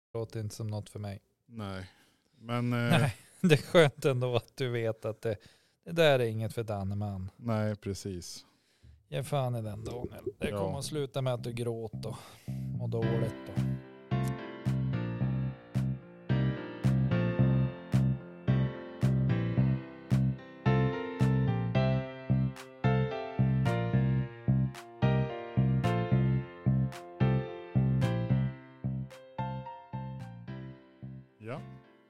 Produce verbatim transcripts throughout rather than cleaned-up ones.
Det låter inte som något för mig. Nej. Men... Nej, Eh, det är skönt ändå att du vet att det, det där är inget för Danneman. nej, precis. Ge fan i den Daniel. Det Ja. kommer att sluta med att du gråter och mår dåligt då. Ja.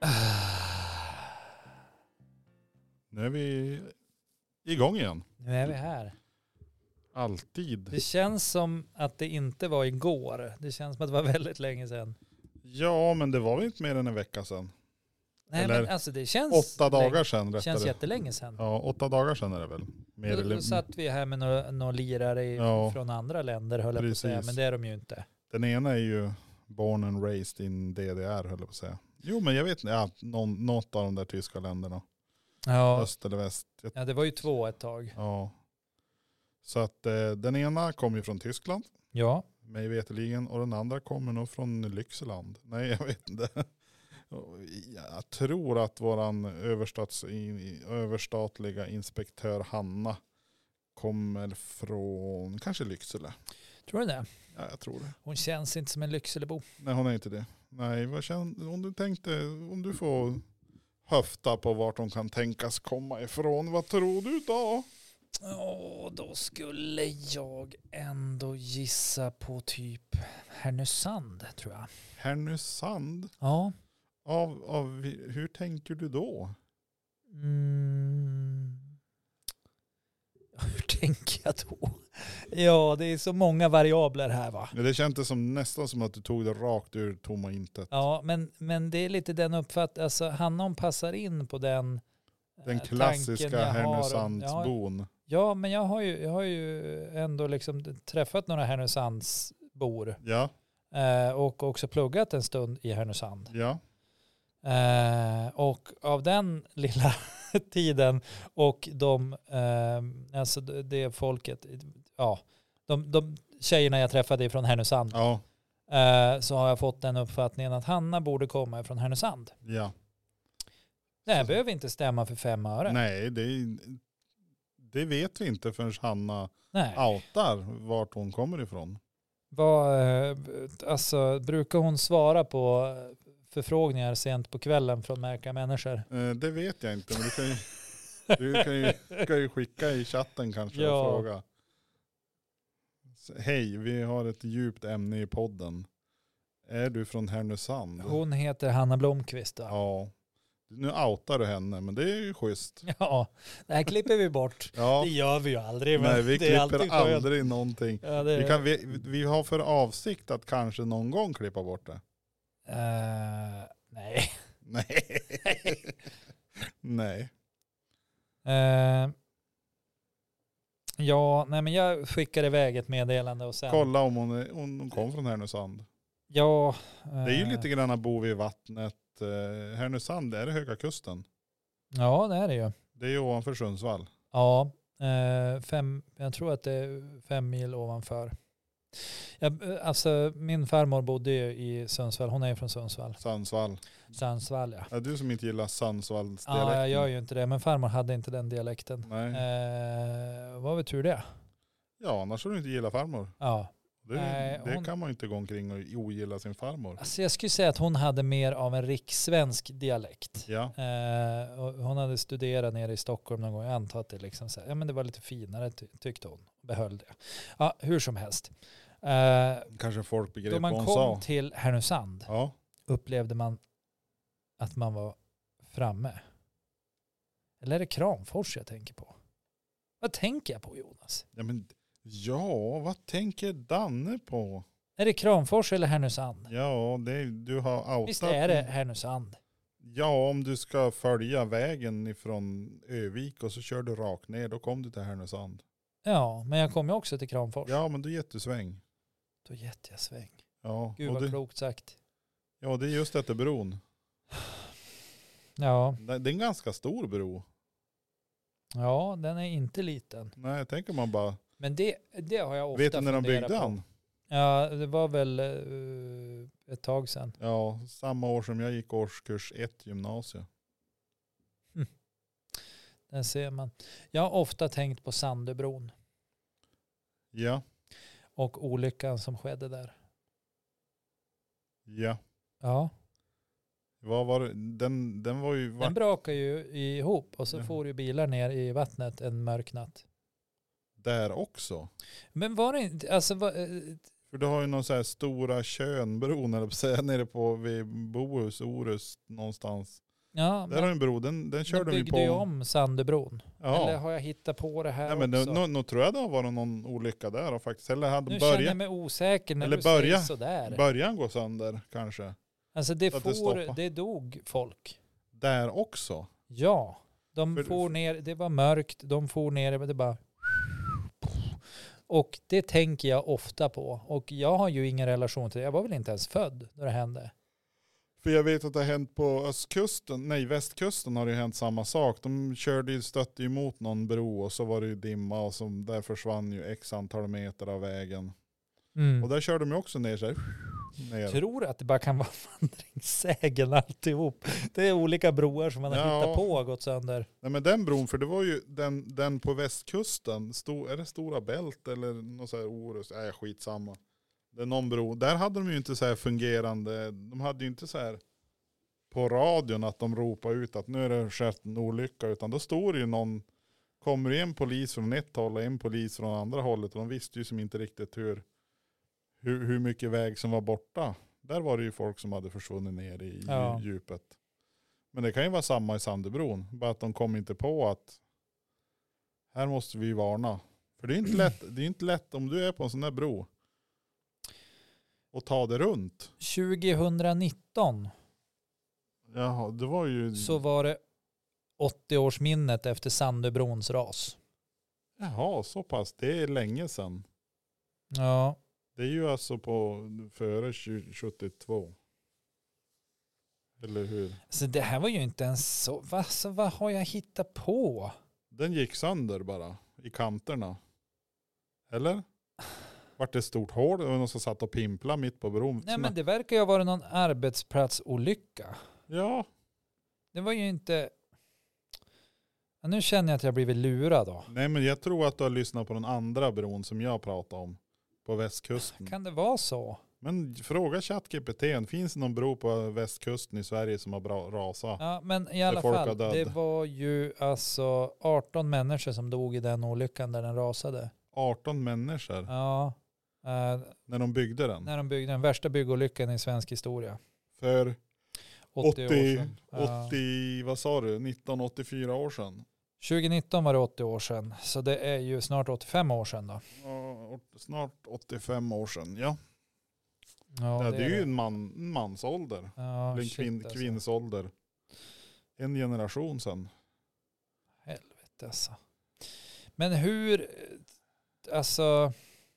Nu är vi igång igen. Nu är vi här. Alltid. Det känns som att det inte var igår. Det känns som att det var väldigt länge sedan. Ja, men det var väl inte mer än en vecka sedan. Nej, Eller men alltså det känns... Åtta dagar länge, sedan. Det känns jättelänge sedan. Ja, åtta dagar sedan är det väl. Mer Då, eller... då satt vi här med några, några lirare i, Ja. från andra länder, höll jag på att säga. Precis. Men det är de ju inte. Den ena är ju born and raised in D D R, höll jag på att säga. Jo, men jag vet inte. Ja, någon, något av de där tyska länderna. Ja, Öst eller väst. Jag, ja, det var ju två ett tag. ja. Så att eh, den ena kommer ju från Tyskland. Ja. Mig veteligen. Och den andra kommer nog från Lyxeland. Nej, jag vet inte. Jag tror att våran överstats, överstatliga inspektör Hanna kommer från kanske Lycksele. Tror du det? Ja, jag tror det. Hon känns inte som en Lyckselebo. Nej, hon är inte det. Nej, vad känner, om du tänkte, om du får höfta på vart hon kan tänkas komma ifrån, vad tror du då? Åh, då skulle jag ändå gissa på typ Härnösand, tror jag. Härnösand? Ja. Av, av, hur tänker du då? Mm. Hur tänker jag då? Ja, det är så många variabler här, va? Det kändes som, nästan som att du tog det rakt ur tomma intet. Ja, men, men det är lite den uppfattningen. Alltså, Hanna hon passar in på den Den eh, klassiska tanken jag har. Härnösandsbon. Ja, ja, men jag har ju, jag har ju ändå liksom träffat några Härnösandsbor. Ja, Eh, och också pluggat en stund i Härnösand. ja. Eh, och av den lilla tiden och de, eh, alltså det, det folket, ja, de, de tjejerna jag träffade från Härnösand, Ja, eh, så har jag fått den uppfattningen att Hanna borde komma från Härnösand. ja. Det här behöver inte stämma för fem öre. Nej, det, det vet vi inte förrän Hanna Nej. outar vart hon kommer ifrån. Vad, eh, alltså, brukar hon svara på förfrågningar sent på kvällen från märkliga människor? Eh, det vet jag inte, men du kan ju, du kan ju, kan ju skicka i chatten kanske Ja. och fråga. Hej, vi har ett djupt ämne i podden. Är du från Härnösand? Hon heter Hanna Blomqvist, va? Ja. Nu outar du henne, men det är ju schysst. Ja, det här klipper vi bort. Ja. Det gör vi ju aldrig. Men Nej, vi det är alltid klipper skönt. aldrig någonting. Ja, det... Vi, kan, vi, vi har för avsikt att kanske någon gång klippa bort det. Uh, nej. Nej. Nej. Uh, ja, nej men jag skickar iväg ett meddelande och sen... Kolla om hon, är, om hon kom från Härnösand. Ja. Uh, Det är ju lite grann bo vid vattnet. Uh, Härnösand, är det Höga Kusten? Ja, det är det ju. Det är ju ovanför Sundsvall. Ja, uh, fem, jag tror att det är fem mil ovanför. Jag, alltså min farmor bodde ju i Sundsvall. Hon är ju från Sundsvall. Sundsvall. Sundsvall, ja. Är du som inte gillar Sundsvallsdialekten? Ja, jag gör ju inte det. Men farmor hade inte den dialekten. Nej. Uh, vad var tur det? Ja, annars skulle du inte gilla farmor. Ja. Det, Nej, det hon- kan man ju inte gå omkring och ogilla sin farmor. Alltså jag skulle säga att hon hade mer av en rikssvensk dialekt. Ja, Eh, och hon hade studerat nere i Stockholm någon gång. Jag antar att det, liksom så här, ja, men det var lite finare ty- tyckte hon. Behöll det. Ja, hur som helst. Eh, kanske folk begrep då vad man hon kom sa. till Härnösand Ja. upplevde man att man var framme. Eller är det Kramfors jag tänker på? Vad tänker jag på, Jonas? Ja, men, ja, vad tänker Danne på? Är det Kramfors eller Härnösand? Ja, det, du har outat. Visst är det Härnösand? Ja, om du ska följa vägen ifrån Övik och så kör du rakt ner, då kom du till Härnösand. Ja, men jag kom ju också till Kramfors. Ja, men du jättesväng. Då gett jag sväng. Ja, Gud och vad det, klokt sagt. ja, det är just efter bron. Ja. Det, det är en ganska stor bro. Ja, den är inte liten. Nej, tänker man bara. Men det, det har jag ofta Vet du när de funderat byggde på. han? Ja, det var väl uh, ett tag sedan. Ja, samma år som jag gick årskurs ett gymnasiet. Mm. Där ser man. Jag har ofta tänkt på Sandöbron. Ja. Och olyckan som skedde där. Ja. Ja. Vad var det? Den, den var ju... Den brakade ju ihop och så Ja. får ju bilar ner i vattnet en mörk natt. Där också. Men var det inte, alltså var, För du har ju någon så här stora Tjörnbron eller på säga nere på vid Bohus, Orust någonstans. ja, Där har en bro, den, den körde de vi byggde på. ju om Sandöbron. Ja. Eller har jag hittat på det här Nej, men också? nu, nu tror jag det har varit någon olycka där och faktiskt. Eller hade Nu känner jag börjat, mig osäker när eller du börja- säger sådär. början gå sönder kanske. Alltså det, så att for, det stoppar. det dog folk. Där också. Ja, de För- for ner, det var mörkt, de for ner, det bara... Och det tänker jag ofta på. Och jag har ju ingen relation till det. Jag var väl inte ens född när det hände. För jag vet att det har hänt på östkusten, nej västkusten har det ju hänt samma sak. De körde ju, stötte emot någon bro och så var det ju dimma och så där försvann ju x antal meter av vägen. Mm. Och där körde de ju också ner sig. Ner. Tror att det bara kan vara vandringssägen alltihop. Det är olika broar som man har Ja. hittat på har gått sönder. Nej men den bron, för det var ju den, den på västkusten, sto, är det Stora Bält eller något så här Orust, nej skitsamma. Det är någon bro, där hade de ju inte så här fungerande, de hade ju inte så här på radion att de ropade ut att nu är det skett en olycka, utan då står det ju någon, kommer en polis från ett håll och en polis från andra hållet och de visste ju som inte riktigt hur, hur, hur mycket väg som var borta. Där var det ju folk som hade försvunnit ner i Ja. djupet. Men det kan ju vara samma i Sandöbron. Bara att de kom inte på att här måste vi varna. För det är inte lätt, det är inte lätt om du är på en sån där bro och ta det runt. tjugonitton Jaha, det var ju... så var det åttio-årsminnet efter Sandöbrons ras. Jaha, så pass. Det är länge sedan. Ja. Det är ju alltså på före tjugo sjuttiotvå. Eller hur? Så det här var ju inte ens så... Va, så vad har jag hittat på? Den gick sönder bara i kanterna. Eller? Vart det ett stort hål och någon som satt och pimpla mitt på bron. Nej, men det verkar ju ha varit någon arbetsplatsolycka. Ja, Det var ju inte... Ja, nu känner jag att jag blivit lurad då. nej men jag tror att du har lyssnat på den andra bron som jag pratade om på västkusten. Kan det vara så? Men fråga ChatGPT, finns det någon bro på västkusten i Sverige som har bra rasat? Ja, men i alla folk fall, har död. det var ju alltså arton människor som dog i den olyckan där den rasade. arton människor Ja, eh, när de byggde den. när de byggde den värsta byggolyckan i svensk historia. För åttio år åttio, sedan. Ja. åttio, vad sa du, nitton åttiofyra år sedan. tjugonitton var det åttio år sedan, så det är ju snart åttiofem år sedan då. Ja, snart åttiofem år sedan, ja. Ja, Ja, det är ju en man, en mansålder. Ja, Eller en shit, kvin, alltså. kvinnsålder. En generation sedan. Helvete alltså. Men hur, alltså,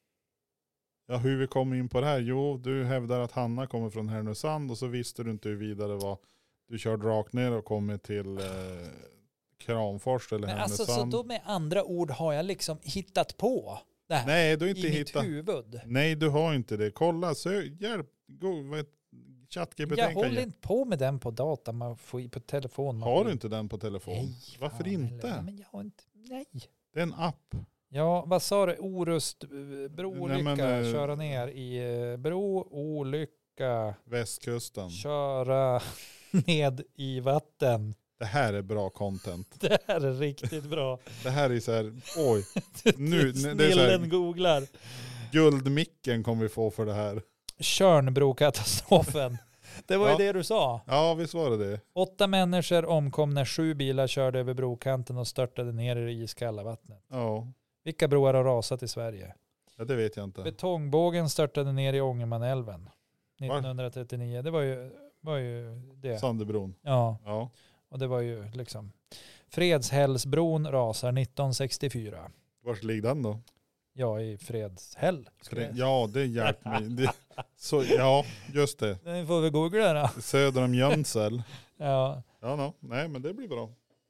Ja, hur vi kom in på det här? Jo, du hävdar att Hanna kommer från Härnösand och så visste du inte huruvida det var du körde rakt ner och kom till eh, Kramfors eller men Härnösand. alltså så då med andra ord har jag liksom hittat på det här Nej, du har inte i hittat. mitt huvud. Nej, du har inte det. Kolla, sök, hjälp, gå, vad ChatGPT Jag kan håller ge. inte på med den på data, man får i på telefon. man Har får du i- inte den på telefon? Nej, Varför fan inte? heller. Men jag har inte, nej. Det är en app. Ja, vad sa du? Orust, eh, broolycka, Nej, men, eh, köra ner i eh, bro, olycka, Västkusten. köra ned i vatten. Det här är bra content. Det här är riktigt bra. Det här är så här, oj, nu, det är så Snillen här, googlar. guldmicken kommer vi få för det här. Tjörnbrokatastrofen. Det var Ja. ju det du sa. Ja, visst var det det. Åtta människor omkom när sju bilar körde över brokanten och störtade ner i det iskalla vattnet. Ja, Vilka broar har rasat i Sverige? ja det vet jag inte. Betongbågen störtade ner i Ångermanälven nittonhundratrettionio. Det var ju, var ju det. Sandöbron. Ja, Ja. och det var ju liksom. Fredshällsbron rasar nittonhundrasextiofyra. Var ligger den då? Ja, i Fredshäll. Ja, det hjälper mig. Det, så, ja, just det. Den får vi googla då. Söder om Jönsel. Ja. Ja, no. Nej, men det blir bra.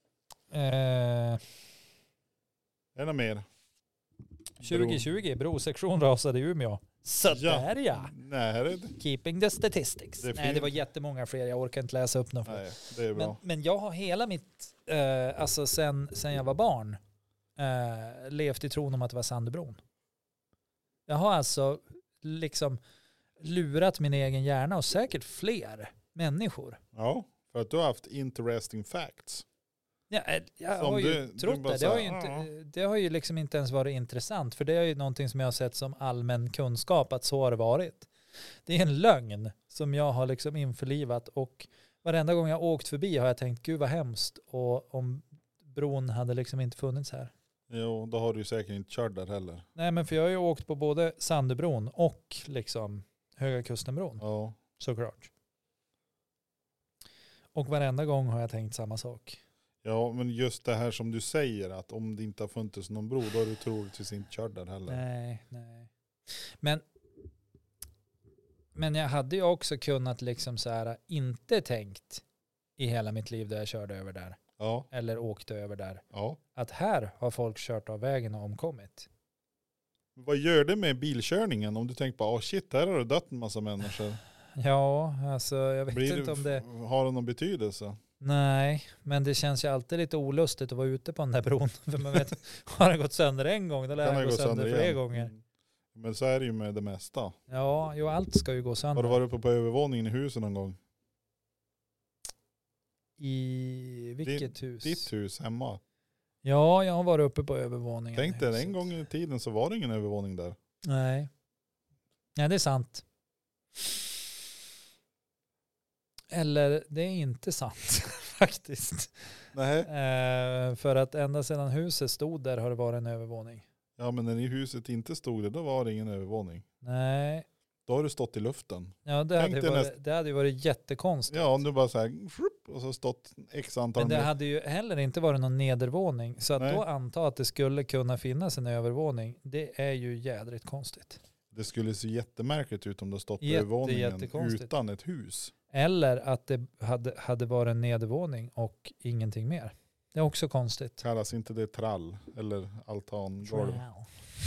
Eh, Är det något mer? tjugo tjugo, brosektion rasade i Umeå. Så Ja. där ja. Nej, det, Keeping the statistics. Det är Nej, det fint. var jättemånga fler. Jag orkar inte läsa upp några fler. nej, det är bra. Men, men jag har hela mitt, eh, alltså sen, sen jag var barn, eh, levt i tron om att det var Sandöbron. Jag har alltså liksom lurat min egen hjärna och säkert fler människor. Ja, för att du har haft interesting facts. Ja, eh, jag Som har ju du- du trott bara det. Det har, ju säger, inte, det har ju liksom inte ens varit intressant. För det är ju någonting som jag har sett som allmän kunskap att så har det varit. Det är en lögn som jag har liksom införlivat. Och varenda gång jag åkt förbi har jag tänkt, gud vad hemskt. Och om bron hade liksom inte funnits här. Jo, då har du säkert inte kört där heller. Nej, men för jag har ju åkt på både Sandöbron och liksom Höga Kustenbron. Ja, Såklart. Och varenda gång har jag tänkt samma sak. ja, men just det här som du säger, att om det inte har funnits någon bro, då har du troligtvis inte kört där heller. Nej, nej. Men, men jag hade ju också kunnat liksom så här inte tänkt i hela mitt liv där jag körde över där. Ja, Eller åkte över där. ja. Att här har folk kört av vägen och omkommit. Vad gör det med bilkörningen om du tänker på, åh oh shit, här har det dött en massa människor. Ja, alltså jag vet Blir inte om det... Har det någon betydelse? Nej, men det känns ju alltid lite olustigt att vara ute på den där bron. För man vet, har den gått sönder en gång, då lär Kan den det gå gå sönder sönder fler igen? gånger. Mm. Men så är det ju med det mesta. Ja, jo, allt ska ju gå Har sönder. du varit uppe på övervåningen i huset någon gång? I vilket Din- hus? Ditt hus hemma. Ja, jag har varit uppe på övervåningen. Tänk i dig, huset. en gång i tiden så var det ingen övervåning där. Nej. Nej, det är sant. Eller det är inte sant faktiskt. Nej. Eh, för att ända sedan huset stod där har det varit en övervåning. Ja, men när i huset inte stod det, då var det ingen övervåning. Nej. Då har du stått i luften. Ja, det, Tänk hade, dig varit, näst- det hade ju varit jättekonstigt. Ja, om du bara så här, frupp, och så stått x antal Men det meter. hade ju heller inte varit någon nedervåning. Så att Nej. då anta att det skulle kunna finnas en övervåning, det är ju jädrigt konstigt. Det skulle se jättemärkligt ut om det stått på Jätte, övervåningen jättekonstigt. utan ett hus. Eller att det hade, hade varit en nedervåning och ingenting mer. Det är också konstigt. Kallas inte det trall eller altangolv? Wow.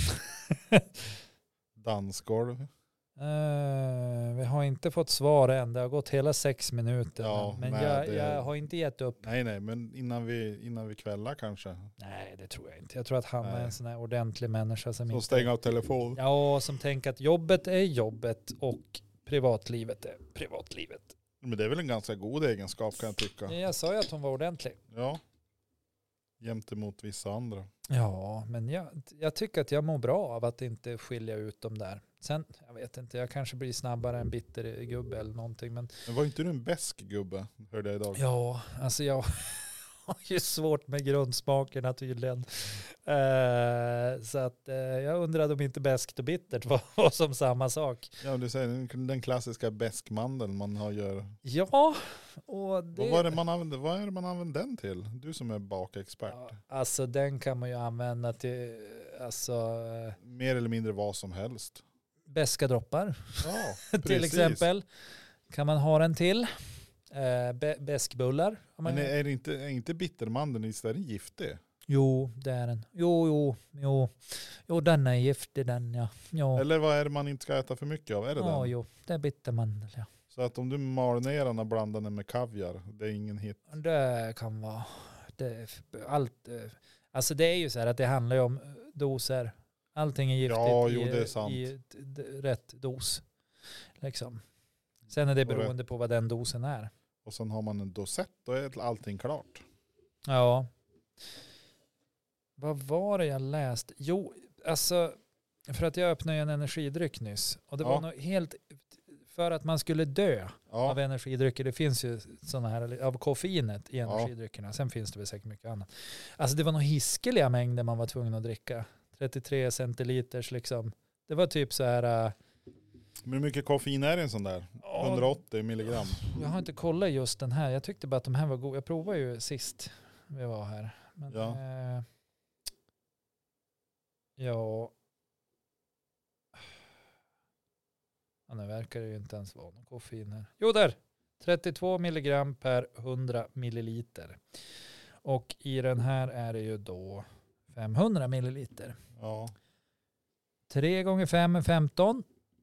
Dansgolv? Uh, vi har inte fått svar än. Det har gått hela sex minuter. Ja, men nej, jag, det- jag har inte gett upp. Nej, nej, men innan vi, innan vi kvällar kanske. Nej, det tror jag inte. Jag tror att han är Nej. en sån här ordentlig människa som Så inte... stänga av telefon. Ja, som tänker att jobbet är jobbet och privatlivet är privatlivet. Men det är väl en ganska god egenskap kan jag tycka. Jag sa ju att hon var ordentlig. Ja. Jämt emot vissa andra. Ja, men jag, jag tycker att jag mår bra av att inte skilja ut dem där. Sen, jag vet inte, jag kanske blir snabbare än bitter gubbe eller någonting. Men Men var inte du en besk gubbe, hörde jag idag? ja, alltså jag har ju svårt med grundsmakerna tydligen. Uh, så att uh, jag undrade om inte beskt och bittert var, var som samma sak. Ja, du säger den, den klassiska beskmandeln man har gör. Ja, och det... Vad, var det man använde, vad är det man använder den till? Du som är bakexpert. Ja, alltså den kan man ju använda till alltså, uh, Mer eller mindre vad som helst. beska droppar. Ja, till precis. exempel kan man ha den till. Uh, be- beskbullar. har man Men ju. är, det inte, är inte bittermandeln istället giftig? Jo, det är den. Jo, jo, jo. Jo, den är giftig den, ja. Jo, Eller vad är det man inte ska äta för mycket av? Är det ja, den? jo. Det är bittermandel, ja. Så att om du mal ner den och blandar den med kaviar, det är ingen hit. Det kan vara. Det, allt, eh, alltså det är ju så här att det handlar ju om doser. Allting är giftigt Ja, jo, i, det är sant. i d- d- rätt dos. Liksom. Sen är det Och det- beroende på vad den dosen är. Och sen har man en dosett, då är allting klart. Ja. Vad var det jag läste? Jo, alltså för att jag öppnade en energidryck nyss. Och det Ja. var nog helt för att man skulle dö av Ja, energidrycker. Det finns ju sådana här av koffeinet i energidryckerna. Sen finns det väl säkert mycket annat. Alltså det var nog hiskeliga mängder man var tvungen att dricka. trettiotre centiliters liksom. Det var typ så här... äh, men hur mycket koffein är det i en sån där? åh, hundraåttio milligram. jag har inte kollat just den här. Jag tyckte bara att de här var goda. Jag provade ju sist vi var här. Men, Ja. eh, ja. Ja, nu verkar det ju inte ens vara någon koffein här. Jo, där! trettiotvå milligram per hundra milliliter. Och i den här är det ju då femhundra milliliter. Ja. tre gånger fem är femton.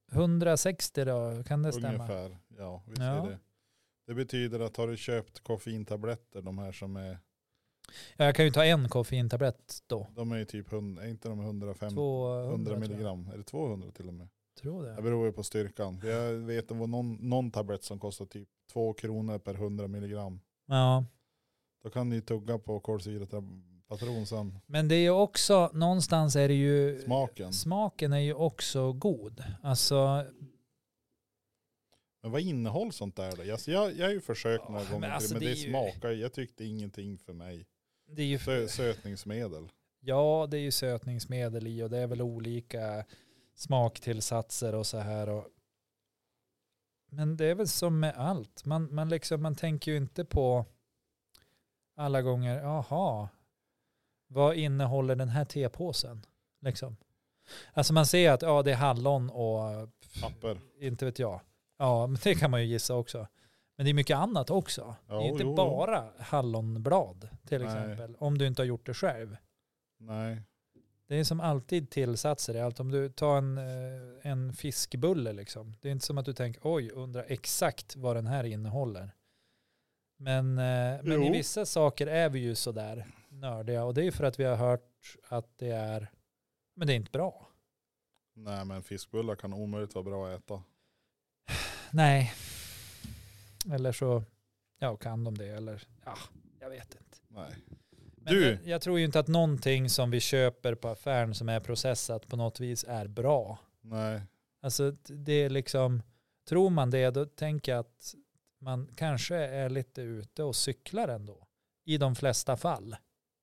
hundrasextio då, kan det stämma? Ungefär, ja. Vi ser Ja. det. Det betyder att har du köpt koffeintabletter, de här som är, Ja, jag kan ju ta en koffeintablett då. de är ju typ hundra, är inte de hundrafemtio, tvåhundra hundra tror jag. milligram? Är det tvåhundra till och med? Tror det. Det beror ju på styrkan. Jag vet det var någon, någon tablett som kostar typ två kronor per hundra milligram. Ja. Då kan ni tugga på kolsyrapatron sen. Men det är ju också, någonstans är det ju... Smaken. Smaken är ju också god. Alltså, Men vad innehåller sånt där då? Alltså jag, jag har ju försökt Ja, några men gånger till, alltså men det det, är ju- smakar, jag tyckte ingenting för mig. det är ju... Sö, sötningsmedel. Ja, det är ju sötningsmedel i och det är väl olika smaktillsatser och så här. Och... Men det är väl som med allt. Man, man, liksom, man tänker ju inte på alla gånger, jaha, vad innehåller den här tepåsen? Liksom. Alltså man ser att ja, det är hallon och Papper. inte vet jag. Ja, men det kan man ju gissa också. Men det är mycket annat också. Ja, det är inte jo, jo. bara hallonblad till Nej. exempel. Om du inte har gjort det själv. Nej. Det är som alltid tillsatser i allt. Om du tar en, eh, en fiskbulle liksom. Det är inte som att du tänker oj, undrar exakt vad den här innehåller. Men, eh, men i Jo. vissa saker är vi ju sådär nördiga. Och det är ju för att vi har hört att det är, men det är inte bra. Nej, men fiskbullar kan omöjligt vara bra att äta. Nej. Eller så, ja, kan de det. Eller, ja, jag vet inte. Nej. Men Du. jag, jag tror ju inte att någonting som vi köper på affären som är processat på något vis är bra. Nej. Alltså det är liksom, tror man det då tänker jag att man kanske är lite ute och cyklar ändå. I de flesta fall.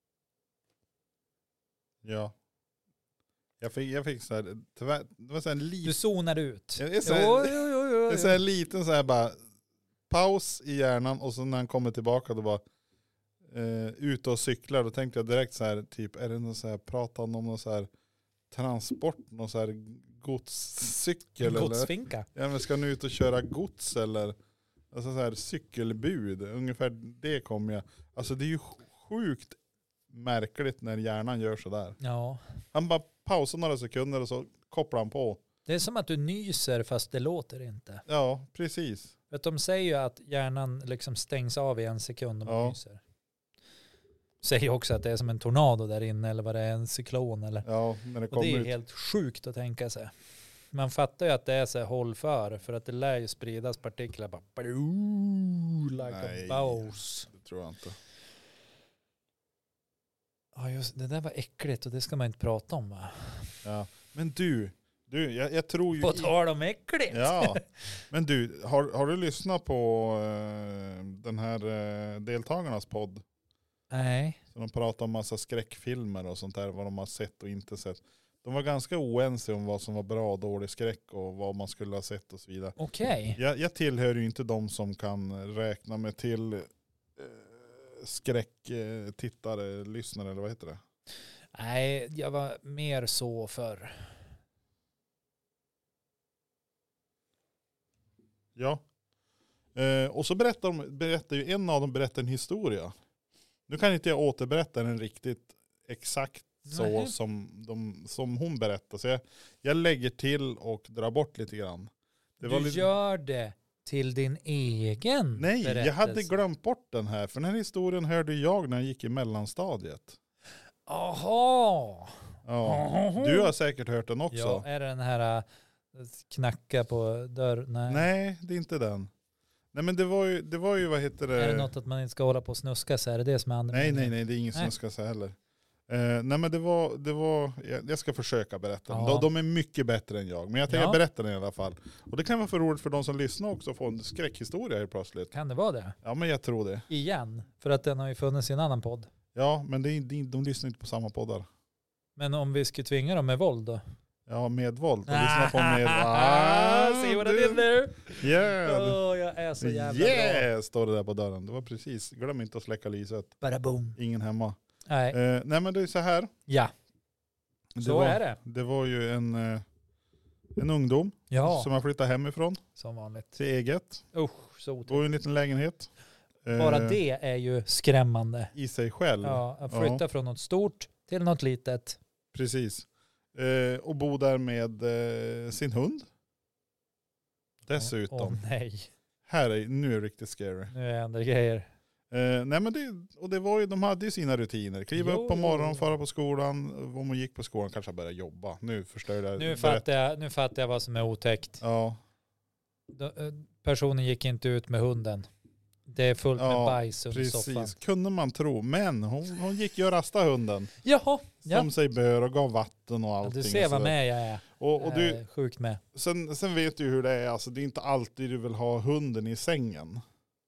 Ja. Jag fick, jag fick så här, tyvärr, det var så här en Du liten, zonar ut. Jag är så här- Jo, jo, jo, jo, det är jo. så här en liten så här bara paus i hjärnan och så när han kommer tillbaka då bara eh, ute och cyklar, då tänkte jag direkt så här typ, är det någon så här, pratar han om någon så här transport, någon så här godscykel eller? Godsfinka. Ja, men ska ni ut och köra gods eller? Alltså så här cykelbud, ungefär det kommer jag. Alltså det är ju sjukt märkligt när hjärnan gör så där. Ja. Han bara pausar några sekunder och så kopplar han på. Det är som att du nyser fast det låter inte. Ja, precis. Vet, de säger ju att hjärnan liksom stängs av i en sekund om man Ja. nyser. Säger också att det är som en tornado där inne eller vad det är, en cyklon eller. Ja, när det Och kommer det är ut. helt sjukt att tänka sig. Man fattar ju att det är så här håll för, för att det lär ju spridas partiklar bara like Nej. a boss. Det tror jag inte. Ja, just det där var äckligt och det ska man inte prata om, va? Ja. Men du, du jag, jag tror ju... På tal om äckligt. Ja, men du, har, har du lyssnat på eh, den här eh, deltagarnas podd? Nej. Så de pratar om massa skräckfilmer och sånt där, vad de har sett och inte sett. De var ganska oense om vad som var bra och dålig skräck och vad man skulle ha sett och så vidare. Okej. Jag, jag tillhör ju inte de som kan räkna mig till eh, skräcktittare, lyssnare eller vad heter det? Nej, jag var mer så för. Ja. Eh, och så berättar, de, berättar ju en av dem berättar en historia. Nu kan inte jag återberätta den riktigt exakt så Nej. som, de, som hon berättar. Så jag, jag lägger till och drar bort lite grann. Det var Du lite... gör det till din egen Nej, berättelse. jag hade glömt bort den här. För den här historien hörde jag när jag gick i mellanstadiet. Aha. Ja. Du har säkert hört den också. Ja, är det den här äh, knacka på dörr? Nej. Nej, det är inte den. Nej, men det var ju, det var ju vad heter det? Är det något att man inte ska hålla på och snuska så är det det som är Nej, nej, andemeningen? nej, det är ingen Nej. som ska säga heller. Eh, nej, men det var, det var jag, jag ska försöka berätta. Ja. De, de är mycket bättre än jag, men jag tänker Ja. berätta den i alla fall. Och det kan vara för roligt för de som lyssnar också att få en skräckhistoria helt plötsligt. Kan det vara det? Ja, men jag tror det. Igen? För att den har ju funnits i en annan podd. Ja, men det är, de, de lyssnar inte på samma poddar. Men om vi skulle tvinga dem med våld då? Ja, med våld. De lyssnar på med... Ah, See what I du- did there? Yeah! Åh, jag är så jävla bra. Yeah! Står det där på dörren. Det var precis. Glöm inte att släcka lyset. Bara boom. Ingen hemma. Nej. Eh, nej, men det är så här. Ja, Det så var, är det. Det var ju en, eh, en ungdom Ja, som har flyttat hemifrån som vanligt. till eget. Usch, så otäckt. Bor i en liten lägenhet. Eh, Bara det är ju skrämmande. I sig själv. Ja, att flytta Ja. från något stort till något litet. Precis. Eh, och bo där med eh, sin hund. Dessutom. Åh, åh, nej. Här är, nu är det riktigt scary. Nu är andra grejer. Eh, nej men det, och det var ju, de hade ju sina rutiner. Kliva Jo. upp på morgonen, fara på skolan. Om hon gick på skolan kanske började jobba. Nu förstör jag. Nu fattar jag, nu fattar jag vad som är otäckt. Ja. Personen gick inte ut med hunden. Det är fullt med Ja, bajs under precis. soffan. Kunde man tro. Men hon, hon gick ju och rasta hunden. Jaha. Ja. Som sig bör och gav vatten och Ja, allting. du ser och vad sådär. med jag är. Och, och du, äh, sjukt med. sen, sen vet du hur det är. Alltså, det är inte alltid du vill ha hunden i sängen.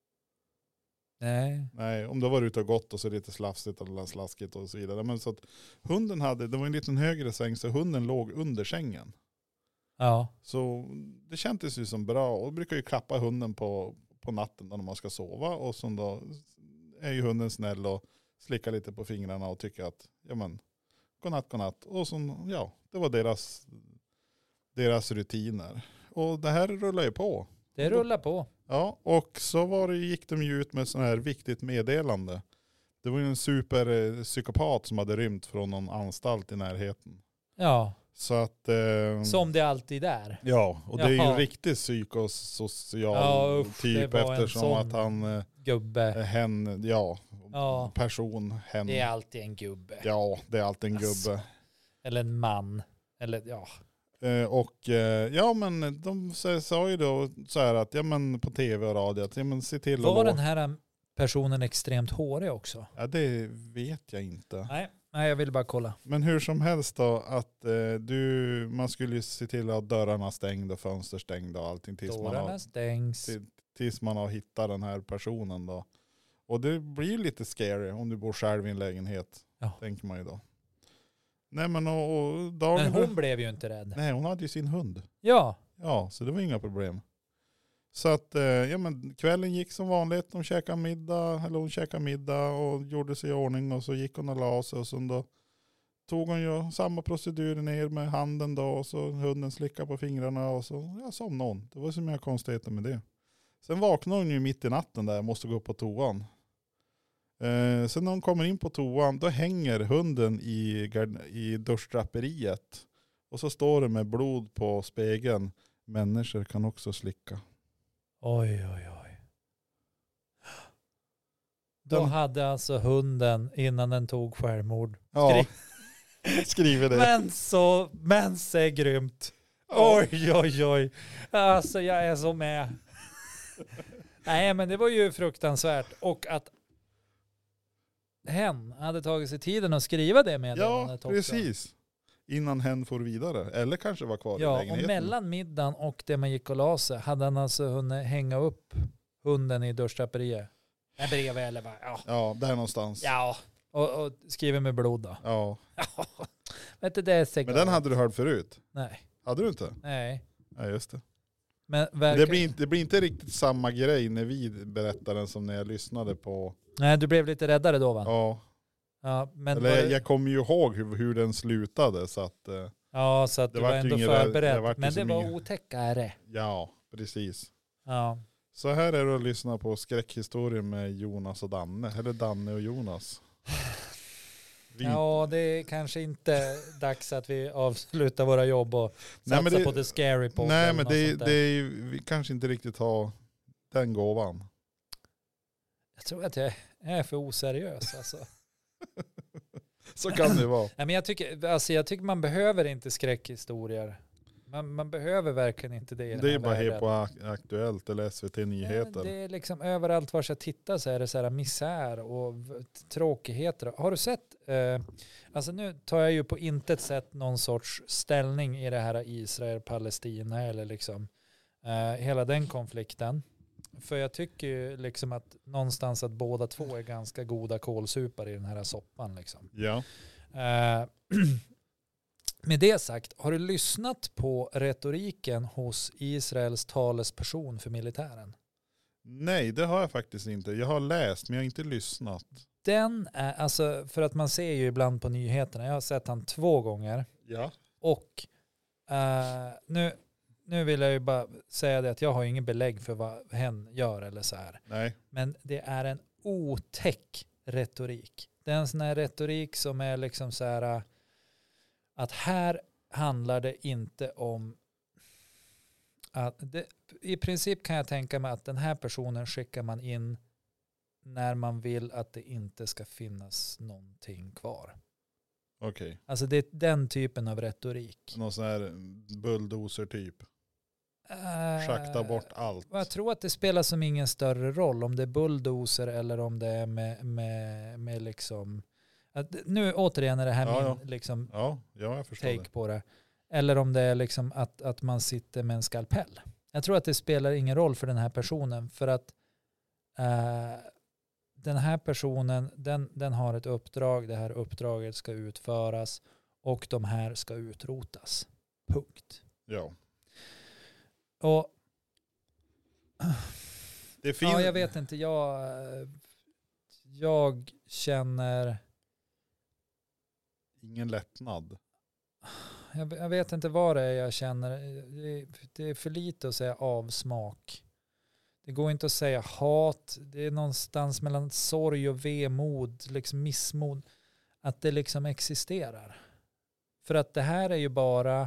Nej. Nej, om du var ute och gått och så lite slafsigt eller slaskigt och så vidare. Men så att hunden hade, det var en liten högre säng så hunden låg under sängen. Ja. Så det kändes ju som bra. Och brukar ju klappa hunden på, på natten när man ska sova. Och så då är ju hunden snäll och slickar lite på fingrarna och tycker att ja men godnatt, godnatt. Och så, ja, det var deras, deras rutiner. Och det här rullar ju på. Det rullar på. Ja, och så var det, gick de ju ut med sån här viktigt meddelande. Det var ju en superpsykopat som hade rymt från någon anstalt i närheten. Ja. Så att... Eh, Som det alltid är. ja, och det är ju Jaha. en riktig psykosocial Ja, usch, det typ var en eftersom sån att han, eh, Gubbe. hen, ja, Ja. person, hen. Det är alltid en gubbe. Ja, det är alltid en Alltså. gubbe. Eller en man. Eller ja. Eh, och eh, ja men de sa, sa ju då så här att ja men på tv och radio att ja men se till Var att den lå- här personen extremt hårig också? Ja det vet jag inte. Nej. Nej, jag vill bara kolla. Men hur som helst då att eh, du, man skulle ju se till att ha dörrarna stängda och fönster stängda och allting tills man, Dörrarna har, stängs. till, tills man har hittat den här personen då. Och det blir lite scary om du bor själv i en lägenhet. Ja. Tänker man ju då. Nej men och, och dagen... Men hon blev ju inte rädd. Nej hon hade ju sin hund. Ja. Ja så det var inga problem. Så att eh, ja men kvällen gick som vanligt. De käkade middag, eller hon käkade middag och gjorde sig i ordning och så gick hon och la sig och så då tog hon ju samma procedur ner med handen då och så hunden slickade på fingrarna och så ja, somnade hon. Det var så mycket konstigheter med det. Sen vaknade hon ju mitt i natten där, måste gå upp på toan. Eh, sen när hon kommer in på toan då hänger hunden i, gard- i duschdraperiet och så står det med blod på spegeln. Människor kan också slicka. Oj, oj, oj. Då Den- hade alltså hunden innan den tog självmord. Ja, skriver det. Men så, men så är grymt. Ja. Oj, oj, oj. Alltså jag är så med. Nej, men det var ju fruktansvärt. Och att hen hade tagit sig tiden att skriva det med Ja, precis. Innan hen får vidare. Eller kanske var kvar i Ja, och lägenheten. mellan middagen och det man gick och la sig hade han alltså hunnit hänga upp hunden i duschdraperiet. Nej, bredvid eller vad? Ja. Ja, där någonstans. Ja, och, och skriver med blod då. Ja. Ja, vet du, det är säkert. Men den hade du hört förut? Nej, Hade du inte? nej. Ja, just det. Men Men verkar... det, blir inte, det blir inte riktigt samma grej när vi berättar den som när jag lyssnade på. Nej, du blev lite räddare då va? Ja. Ja, men Eller var jag, det... jag kommer ju ihåg hur, hur den slutade. Så att, eh, ja, så att det du var vart ju ändå ingen- det förberedd. vart ju Men så det var mycket. otäckare. ja, precis. Ja. Så här är det att lyssna på skräckhistorier med Jonas och Danne. Eller Danne och Jonas. Vi, ja, det är kanske inte dags att vi avslutar våra jobb och Nej, satsar men det- på The Scary Pod. nej eller men något det, sånt där. det är ju, vi kanske inte riktigt har den gåvan. Jag tror att jag är för oseriös alltså. Så kan det vara. Nej, men jag tycker, alltså, jag tycker man behöver inte skräckhistorier. Man, man behöver verkligen inte det i den Det är här bara världen. helt på Ak- Aktuellt eller S V T Nyheter. Det är liksom överallt var jag tittar så är det så här misär och v- tråkigheter. Har du sett, eh, alltså nu tar jag ju på intet sätt någon sorts ställning i det här Israel-Palestina eller liksom eh, hela den konflikten. För jag tycker ju liksom att någonstans att båda två är ganska goda kålsupar i den här soppan liksom. Ja. Eh, med det sagt, har du lyssnat på retoriken hos Israels talesperson för militären? Nej, det har jag faktiskt inte. Jag har läst men jag har inte lyssnat. Den är, alltså för att man ser ju ibland på nyheterna, jag har sett han två gånger Ja. och eh, nu, nu vill jag ju bara säga det att jag har ingen belägg för vad hen gör eller så här. Nej. Men det är en otäck retorik. Det är en sån här retorik som är liksom så här äh, att här handlar det inte om, att det, i princip kan jag tänka mig att den här personen skickar man in när man vill att det inte ska finnas någonting kvar. Okej. Okay. Alltså det är den typen av retorik. Någon sån här bulldozer typ. Uh, Schakta bort allt. Jag tror att det spelar som ingen större roll om det är bulldozer eller om det är med, med, med liksom... Att, nu återigen är det här ja, min ja. Liksom, ja, ja, jag förstår take det. på det. Eller om det är liksom att, att man sitter med en skalpell. Jag tror att det spelar ingen roll för den här personen. För att uh, den här personen den, den har ett uppdrag. Det här uppdraget ska utföras. Och de här ska utrotas. Punkt. Ja. Och det finns... ja, jag vet inte. Jag, jag känner... Ingen lättnad. Jag, jag vet inte vad det är jag känner. Det, det är för lite att säga avsmak. Det går inte att säga hat. Det är någonstans mellan sorg och vemod, liksom missmod. Att det liksom existerar. För att det här är ju bara...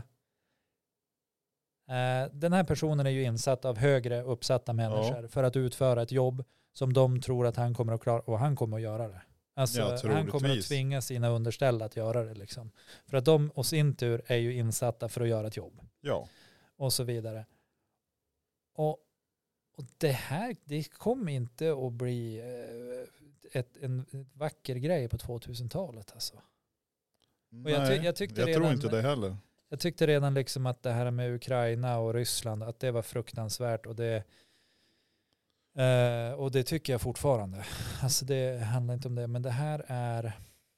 Eh, den här personen är ju insatt av högre uppsatta människor ja. för att utföra ett jobb som de tror att han kommer att klara. Och han kommer att göra det. Alltså ja, han kommer att tvinga sina underställda att göra det. Liksom. För att de och sin tur är ju insatta för att göra ett jobb. Ja. Och så vidare. Och, och det här, det kommer inte att bli eh, ett, en ett vacker grej på tvåtusentalet. Alltså. Nej, och jag, ty, jag, tyckte jag redan, tror inte det heller. Jag tyckte redan liksom att det här med Ukraina och Ryssland, att det var fruktansvärt. Och det, eh, och det tycker jag fortfarande. Alltså det handlar inte om det. Men det här är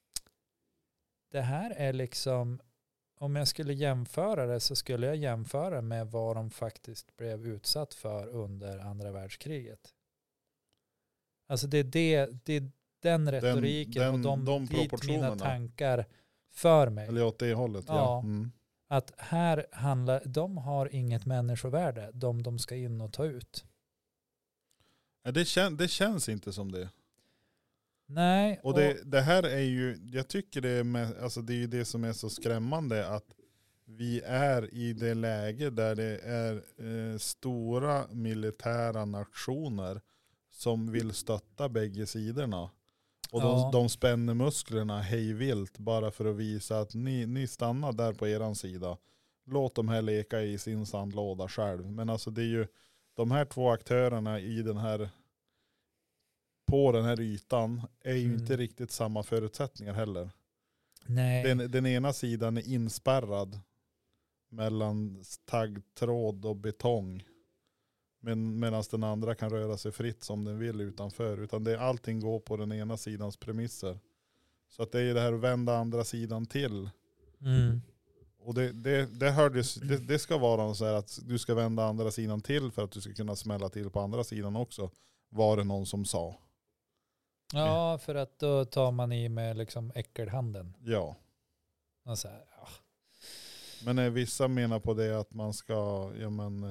det här är liksom, om jag skulle jämföra det så skulle jag jämföra med vad de faktiskt blev utsatt för under andra världskriget. Alltså det är, det, det är den retoriken den, den, och de, de dit mina tankar för mig. Eller åt det hållet, ja. ja mm. Att här handlar, de har inget människovärde, de de ska in och ta ut. Ja, det, kän, det känns inte som det. Nej. Och, och det, det här är ju, jag tycker det är, med, alltså det är ju det som är så skrämmande att vi är i det läge där det är eh, stora militära nationer som vill stötta bägge sidorna. Och ja. de, de spänner musklerna hejvilt bara för att visa att ni, ni stannar där på eran sida. Låt dem här leka i sin sandlåda själv. Men alltså det är ju de här två aktörerna i den här på den här ytan är ju mm. inte riktigt samma förutsättningar heller. Nej. Den, den ena sidan är inspärrad mellan taggtråd och betong. Men, medan den andra kan röra sig fritt som den vill utanför. Utan det, allting går på den ena sidans premisser. Så att det är det här att vända andra sidan till. Mm. Och det, det, det, hördes, det, det ska vara så här att du ska vända andra sidan till för att du ska kunna smälla till på andra sidan också. Var det någon som sa. Ja, för att då tar man i med liksom äckelhanden. Ja. Och så här, ja. Men eh, vissa menar på det att man ska, ja men,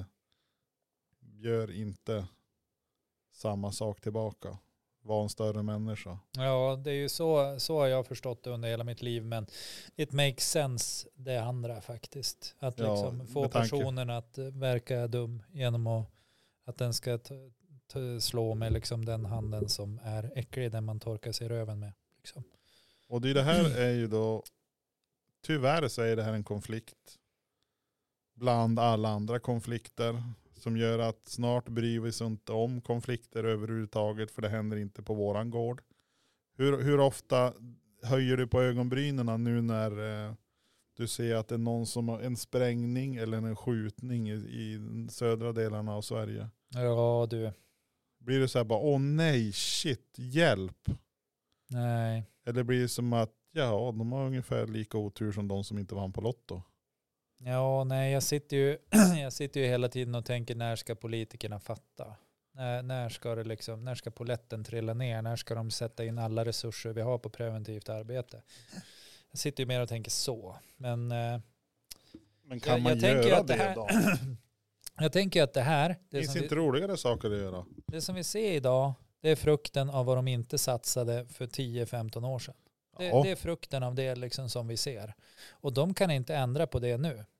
gör inte samma sak tillbaka. Var en större människa. Ja, det är ju så, så har jag förstått det under hela mitt liv. Men it makes sense det andra faktiskt. Att ja, liksom få personen att verka dum genom att, att den ska ta, ta, slå med liksom den handen som är äcklig, den man torkar sig i röven med. Liksom. Och det, det här är ju då, tyvärr så är det här en konflikt bland alla andra konflikter. Som gör att snart bryr vi oss inte om konflikter överhuvudtaget. För det händer inte på våran gård. Hur, hur ofta höjer du på ögonbrynen nu när eh, du ser att det är någon som har en sprängning eller en skjutning i, i södra delarna av Sverige? Ja, du. Blir det så här bara, åh nej, shit, hjälp. Nej. Eller blir det som att, ja, de har ungefär lika otur som de som inte vann på Lotto. Ja, nej, jag sitter ju jag sitter ju hela tiden och tänker, när ska politikerna fatta? När, när ska det liksom, när ska poletten trilla ner? När ska de sätta in alla resurser vi har på preventivt arbete? Jag sitter ju mer och tänker så. Men, Men kan jag, man jag göra det, det då? Jag tänker att det här... Det finns inte vi, roligare saker att göra. Det som vi ser idag, det är frukten av vad de inte satsade för tio femton år sedan. Det, det är frukten av det liksom som vi ser. Och de kan inte ändra på det nu.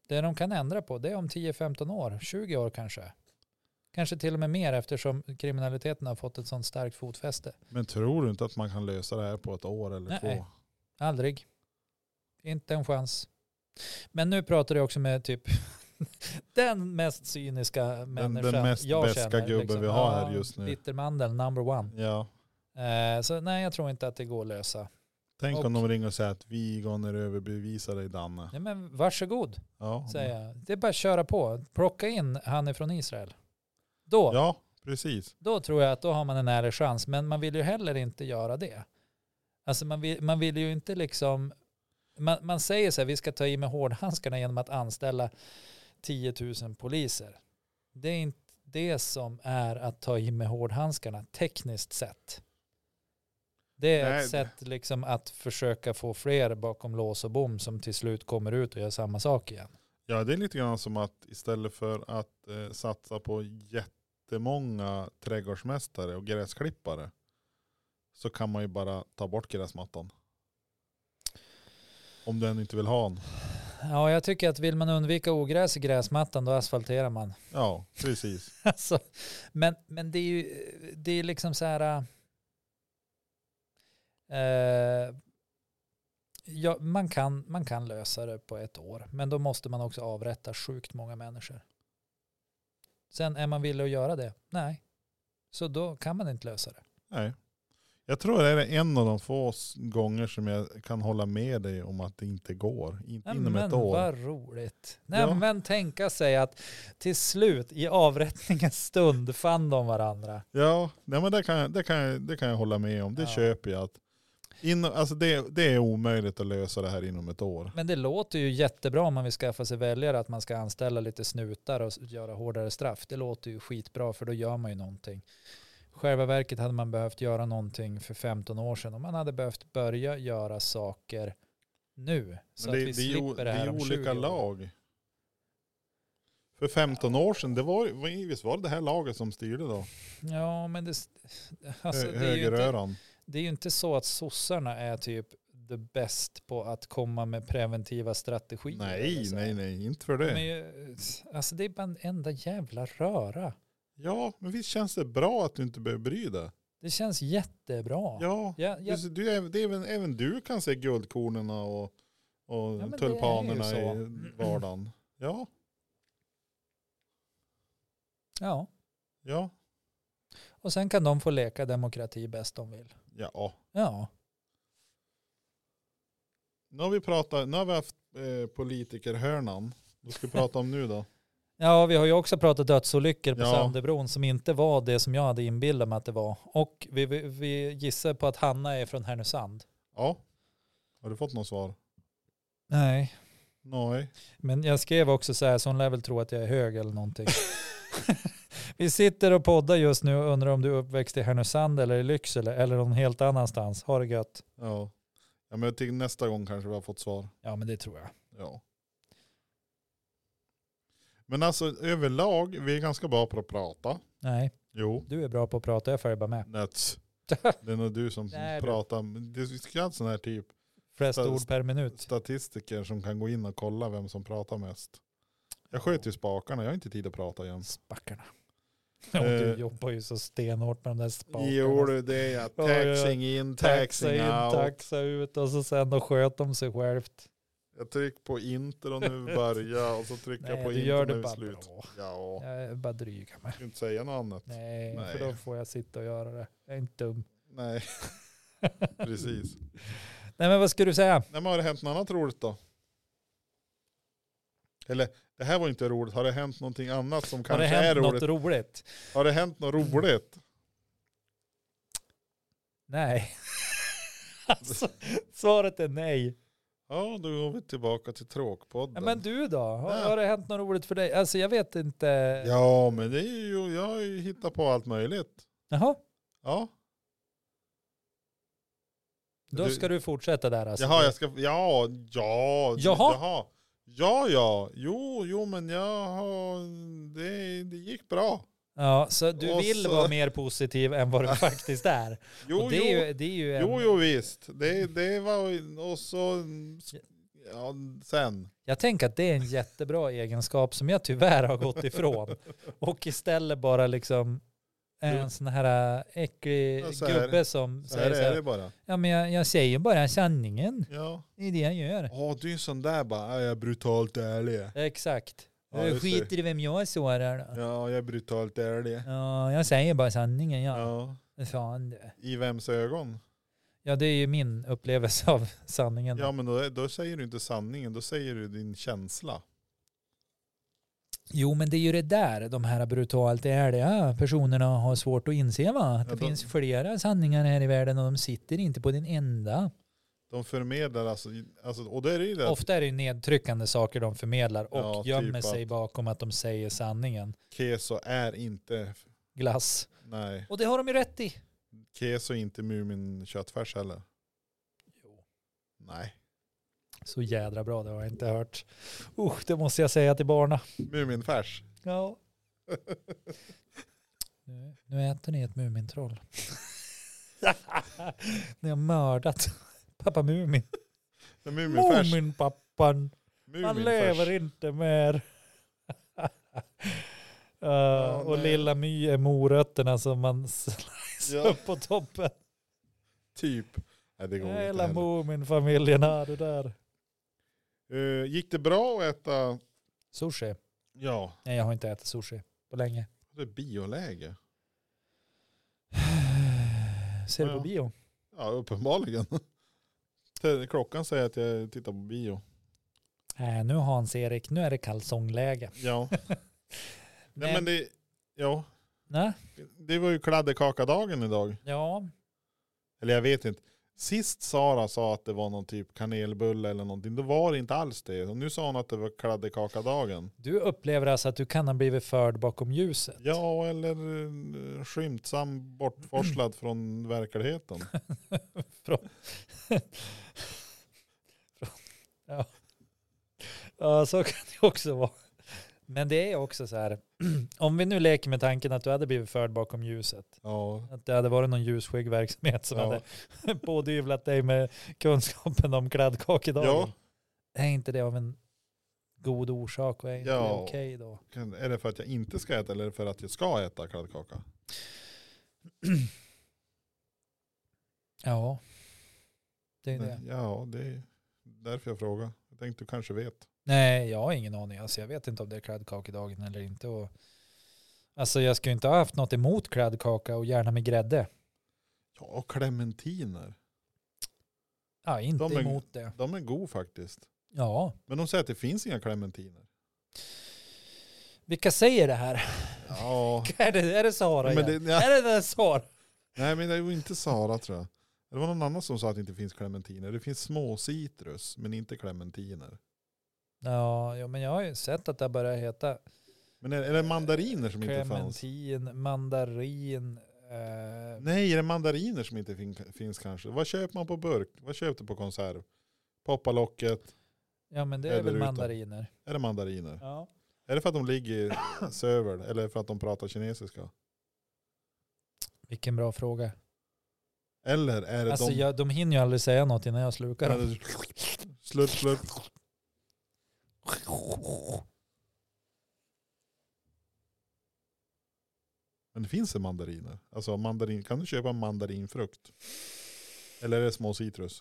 Det de kan ändra på, det är om tio femton år, tjugo år kanske. Kanske till och med mer eftersom kriminaliteten har fått ett sånt starkt fotfäste. Men tror du inte att man kan lösa det här på ett år eller Nej, två? Aldrig. Inte en chans. Men nu pratar jag också med typ den mest cyniska människan den mest jag beska känner. gubben Liksom. vi har här Ja, just nu. Bittermandel, number one. Ja. Eh, så nej, jag tror inte att det går att lösa. Tänk Och- om de ringer och säger att vi gånger överbevisar dig, Danne. Nej, men varsågod, Ja, säger jag. Det är bara att köra på. Plocka in han ifrån Israel. Då, ja, precis. då tror jag att då har man en ärlig chans. Men man vill ju heller inte göra det. Alltså man vill, man vill ju inte liksom... Man, man säger så här, vi ska ta i med hårdhandskarna genom att anställa tio tusen poliser. Det är inte det som är att ta i med hårdhandskarna tekniskt sett. Det är Nej, ett sätt liksom att försöka få fler bakom lås och bom som till slut kommer ut och gör samma sak igen. Ja, det är lite grann som att istället för att eh, satsa på jättemånga trädgårdsmästare och gräsklippare så kan man ju bara ta bort gräsmattan. Om den inte vill ha en. Ja, jag tycker att vill man undvika ogräs i gräsmattan då asfalterar man. Ja, precis. Alltså, men, men det är ju det är liksom så här... Eh, ja, man, kan, man kan lösa det på ett år. Men då måste man också avrätta sjukt många människor. Sen är man villig att göra det? Nej. Så då kan man inte lösa det. Nej. Jag tror det är en av de få gånger som jag kan hålla med dig om att det inte går. Inte Nej, inom men ett år. vad roligt. Nej, Ja. men tänka sig att till slut i avrättningens stund fann de varandra. Ja, nej, men det kan, jag- det, kan, jag- det kan jag hålla med om. Det Ja. köper jag. Att in, alltså det, det är omöjligt att lösa det här inom ett år. Men det låter ju jättebra om man vill skaffa sig väljare att man ska anställa lite snutar och göra hårdare straff. Det låter ju skitbra för då gör man ju någonting. Själva verket hade man behövt göra någonting för femton år sedan och man hade behövt börja göra saker nu. Så Men det, att vi det, är, ju- slipper det det här är om olika tjugo år. lag. För femton år sedan, det var, visst var det det här laget som styrde då? Ja, men det, alltså, Hö, det, är ju inte, högeröran. det är ju inte så att sossarna är typ the best på att komma med preventiva strategier. eller Nej, så. nej, nej, inte för det. Men, ju- alltså det är bara en enda jävla röra. Ja, men visst känns det bra att du inte behöver bry dig? Det känns jättebra. Ja, Ja, ja, Du, du, är- det är även, även du kan se guldkornen och, och Ja, men det tulpanerna är ju i vardagen. Ja, ja. ja, Och sen kan de få leka demokrati bäst de vill. ja. Ja. Nu har vi pratat, nu har vi haft eh, politikerhörnan. Vad ska vi prata om nu då? Ja, vi har ju också pratat dödsolyckor på Ja. Sandöbron som inte var det som jag hade inbildat mig att det var. Och vi, vi, vi gissar på att Hanna är från Härnösand. Ja, har du fått något svar? Nej. Nej. Men jag skrev också så här, så hon lär väl tro att jag är hög eller någonting. Vi sitter och poddar just nu och undrar om du är uppväxt i Härnösand eller i Lycksele eller någon helt annanstans. Ha det gött. Ja. Ja, men till nästa gång kanske vi har fått svar. Ja, men det tror jag. Ja. Men alltså överlag, vi är ganska bra på att prata. Nej, Jo. du är bra på att prata, jag följer bara med. Nets. Det är nog du som Nej, du. pratar. Men det ska ha en sån här typ Flest Sta- ord per minut. statistiker som kan gå in och kolla vem som pratar mest. Jag sköter ju spakarna, jag har inte tid att prata igen. Spackarna. Ja, du Eh. jobbar ju så stenhårt med de där spakarna. Jo det är jag. Ja, ja. Taxing in, Taxa taxing in, out. taxa ut och så sen då sköt de sig självt. Jag trycker på inter och nu börjar och så trycker jag Nej, på du inter gör när det vi är bara slut. bra. Ja, Jag är bara dryga mig. jag kan inte säga något annat. Nej, Nej. för då får jag sitta och göra det. Jag är inte dum. Nej, precis. Nej, men vad ska du säga? Nej, men har det hänt något annat roligt då? Eller, det här var inte roligt. Har det hänt någonting annat som Har det kanske hänt är något roligt? roligt? Har det hänt något roligt? Nej. Alltså, svaret är nej. Ja, då går vi tillbaka till tråkpodden. Ja, men du då? Har, Ja. har det hänt något roligt för dig? Alltså jag vet inte. Ja, men det är ju, jag har ju hittat på allt möjligt. Jaha, Ja, då Du- ska du fortsätta där alltså. jaha, jag ska, ja, ja, Jaha. jaha. Ja, ja, jo, jo, men jag har, det, det gick bra. Ja, så du Och vill så- vara mer positiv än vad du faktiskt är. Jo, och det jo, är ju, det är ju en, jo, jo, visst. Det, det var, och så Ja, sen. Jag tänker att det är en jättebra egenskap som jag tyvärr har gått ifrån. Och istället bara liksom en sån här äcklig Ja, så här- gubbe som Så här säger så är här, det bara. ja men jag, jag säger bara sanningen. Ja. Det är det jag gör. Ja, du är en sån där bara, "Ja, jag är brutalt ärlig. Exakt. Ja, jag just det. skiter i vem jag sårar då. Ja, jag är brutalt ärlig. Ja, jag säger bara sanningen. Ja. Ja. Fan det. I vems ögon? Ja, det är ju min upplevelse av sanningen. Ja, men då, då säger du inte sanningen, då säger du din känsla. Jo, men det är ju det där de här brutalt ärliga personerna har svårt att inse, va? Att det Ja, de- finns flera sanningar här i världen och de sitter inte på den enda. De förmedlar alltså, alltså och då är det ju det att Ofta är det ju nedtryckande saker de förmedlar och Ja, gömmer typ sig att- bakom att de säger sanningen. keso är inte, Glass. nej, Och det har de ju rätt i. keso är inte Mumin köttfärs heller. Jo. Nej. Så jädra bra, det har jag inte hört. Usch, det måste jag säga till barna. Muminfärs. Ja. Nu, nu äter ni ett mumintroll. Ni har mördat pappa Mumin. Men Muminfärs. Muminpappan. Han Muminfärs. lever inte mer. uh, och nej. lilla My är morötterna som man slicear Ja. upp på toppen. Typ. Nej, det går inte Hela heller. Mumin-familjen har det där. Uh, gick det bra att äta? Sushi. Ja, Nej, jag har inte ätit sushi på länge. det är bioläge. Ser du Ja. på bio? Ja, uppenbarligen. Te- Klockan säger att jag tittar på bio. Nej, nu Hans-Erik, nu är det kalsongläge. Ja. Nej, men det, ja, Nej? det var ju kladdekakadagen idag. Ja, Eller jag vet inte. Sist Sara sa att det var någon typ kanelbulle eller någonting. Då var det inte alls det. Och nu sa hon att det var kladdekakadagen. du upplever alltså att du kan ha blivit förd bakom ljuset. Ja, eller eh, skymtsam bortforslad från verkligheten. Från... ja. ja, så kan det också vara. Men det är också så här, om vi nu leker med tanken att du hade blivit förd bakom ljuset. Ja, Att det hade varit någon ljusskygg verksamhet som Ja. hade pådyvlat dig med kunskapen om kladdkakedagen. Ja. Är inte det av en god orsak och är inte Ja. det okej då? kan- är det för att jag inte ska äta eller är det för att jag ska äta kladdkaka? Ja, det är det. Men, ja, det är därför jag frågar. Jag tänkte du kanske vet. Nej, jag har ingen aning. Alltså, jag vet inte om det är kladdkakedagen eller inte. Och, alltså jag skulle inte ha haft något emot kladdkaka och gärna med grädde. Ja, och clementiner. Ja, inte De är- emot det. De är god faktiskt. Ja, Men de säger att det finns inga clementiner. vilka säger det här? Ja, Är det, är det Sara men igen? det, ja. Är det där Sara? Nej, men det är ju inte Sara tror jag. Det var någon annan som sa att det inte finns clementiner. Det finns små citrus, men inte clementiner. Ja, ja, men jag har ju sett att det börjar heta Men är, är det mandariner som inte fanns? clementin, mandarin. Eh, Nej, är det mandariner som inte fin, finns kanske? Vad köper man på burk? Vad köper du på konserv? Poppalocket. ja, men det är Eller väl utan. mandariner. Är det mandariner? Ja. Är det för att de ligger i söver? Eller för att de pratar kinesiska? Vilken bra fråga. Eller är det Alltså, de... jag, de hinner ju aldrig säga något innan jag slukar dem. Slurp, slurp. Men det finns det mandariner. Alltså mandarin, kan du köpa mandarinfrukt? Eller är det små citrus?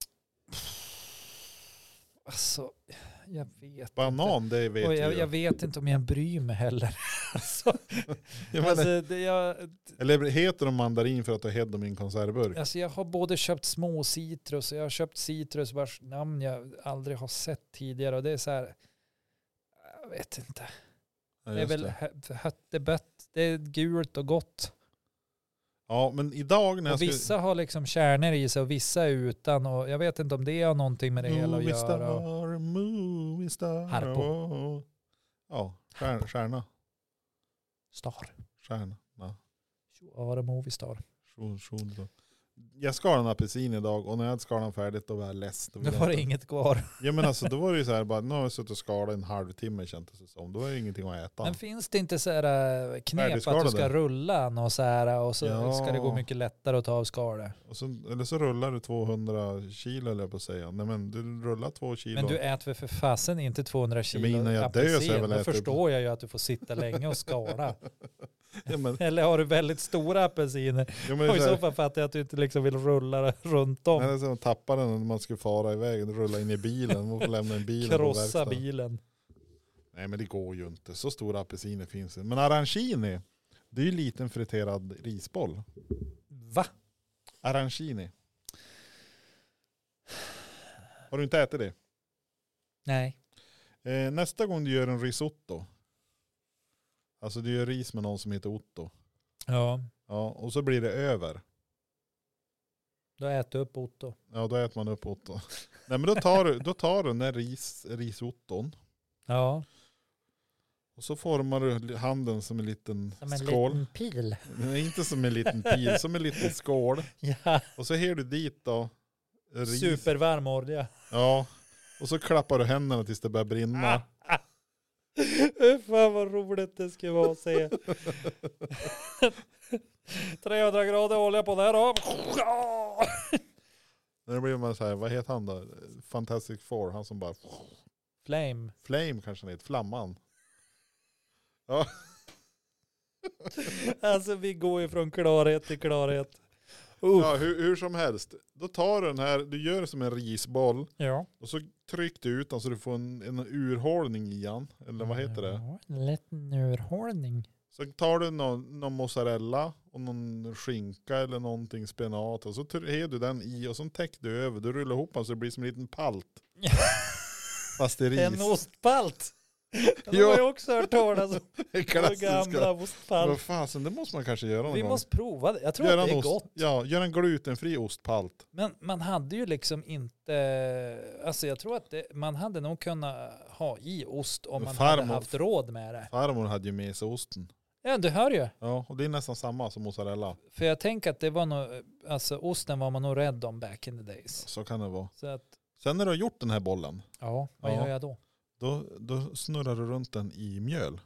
Alltså, jag vet Banan, inte. det vet Och vi jag, ju. jag vet inte om jag bryr mig heller. alltså, Jag menar, alltså, det, jag, eller heter de mandarin för att du hade dem i en konservburk? alltså jag har både köpt små citrus och jag har köpt citrus vars namn jag aldrig har sett tidigare. Och det är så här, jag vet inte. Ja, Det är just väl det. hö- höttebött, det är gult och gott. Ja, men idag när jag Och vissa har liksom kärnor i sig och vissa är utan. Och jag vet inte om det har någonting med det hela att Movie göra. Och, star, movie star. Harpo. Ja, stjärna. Stjärna. star. stjärna. Ja. Ja, det Movie Star. Sjun- sjun- Jag skar en apelsin idag och när jag hade skalat den färdigt då var jag less. Då var det inget kvar. Ja men alltså då var det ju så här bara, nu har jag suttit och skalat en halvtimme kändes det som. Då var det ingenting att äta. Men finns det inte så här äh, knep att du ska Färdigskalade. rulla och så här och så Ja. ska det gå mycket lättare att ta av skalet? Och så, eller så rullar du tvåhundra kilo eller jag på att säga. Nej men du rullar två kilo. Men du äter väl för fasen inte tvåhundra kilo men innan jag dör så är apelsin. jag väl Då äter- förstår jag ju att du får sitta länge och skala. Ja, men, Eller har du väldigt stora apelsiner? ja, men det Och är i så så här, fall fattar jag att du inte liksom vill rulla runt om. nej, det är så att man tappar den när man ska fara iväg. Rulla in i bilen. Man får lämna en bil. Krossa bilen. Nej men det går ju inte. Så stora apelsiner finns det. Men arancini, det är ju liten friterad risboll. Va? Arancini. Har du inte ätit det? Nej. Eh, nästa gång du gör en risotto. Alltså du gör ris med någon som heter Otto. Ja, Ja, och så blir det över. då äter du upp Otto. Ja, då äter man upp Otto. Nej men då tar du, då tar du den där ris, risotton. Ja, Och så formar du handen som en liten som en skål. liten pil. Nej, inte som en liten pil, som en liten skål. Ja, Och så här du dit då. Ris. supervarm olja. Ja. Och så klappar du händerna tills det börjar brinna. Fan vad roligt det ska vara att se. trehundra grader olja på där då. När blir man så här, vad heter han då? Fantastic Four, han som bara... Flame. Flame kanske han heter, Flamman. Ja. Alltså vi går ju från klarhet till klarhet. Uh. Ja, hur, hur som helst. Då tar du den här, du gör det som en risboll. Ja. Och så trycker du ut den så du får en, en urhålning i den. Eller vad heter det? Ja, en liten urhållning. Så tar du någon, någon mozzarella och någon skinka eller någonting spenat. Och så tar du den i och så täcker du över. Du rullar ihop den så det blir som en liten palt. Fast det är ris. En ostpalt. Det Jo. har jag också hört talas om. Det Klassiska. Gamla Vad ostpalt. fasen, det måste man kanske göra någon Vi gång. måste prova det. Jag tror Gör att det en är ost, gott. Ja, gör en glutenfri ostpalt. Men man hade ju liksom inte, alltså jag tror att det, man hade nog kunnat ha i ost om Men man farmor- hade haft råd med det. Farmor hade ju med sig osten. Ja, du hör ju. Ja, och det är nästan samma som mozzarella. För jag tänker att det var nog, alltså osten var man nog rädd om back in the days. Så kan det vara. Så att, Sen när du har gjort den här bollen, ja, vad Ja. gör jag då? då, då snurrar du runt den i mjöl.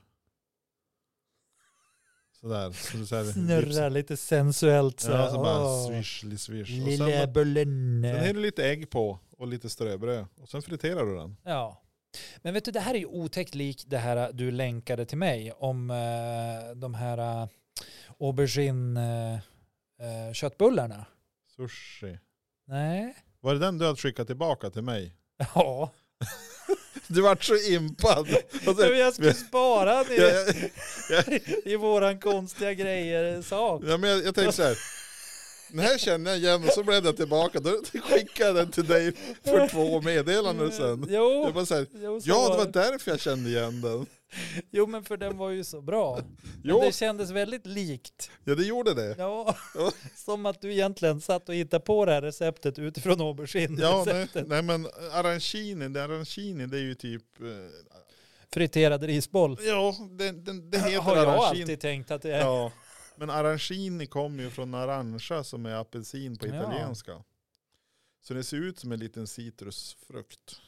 Sådär. Så du så här, Snurrar lite sensuellt så. Ja, så bara Åh. swish, li, swish. Och Lilla sen, sen bullen. är det lite ägg på och lite ströbröd. Och sen friterar du den. Ja. Men vet du, det här är ju otäckt lik det här du länkade till mig om eh, de här eh, aubergine eh, eh, köttbullarna. Sushi. Nej. Var det den du hade skickat tillbaka till mig? Ja. Du vart så impad. Och så, Men jag skulle spara ja, det ja, i våran konstiga grejer-sak. ja, men jag, jag tänkte så här. Den här känner jag igen och så blev jag tillbaka. Då skickade jag den till dig för två meddelanden sen. Jo, Jag bara så här, jo, så ja, det var var därför jag kände igen den. jo, men för den var ju så bra. Men Jo, det kändes väldigt likt. ja det gjorde det. Ja, Ja. som att du egentligen satt och hittade på det här receptet utifrån Ja, nej, aubergine-receptet. nej men arancini, det, arancini det är ju typ... eh, Friterad risboll. Ja, det, det, det heter Har jag arancini. alltid tänkt att det är. Ja, men arancini kommer ju från arantxa som är apelsin på Ja. italienska. Så det ser ut som en liten citrusfrukt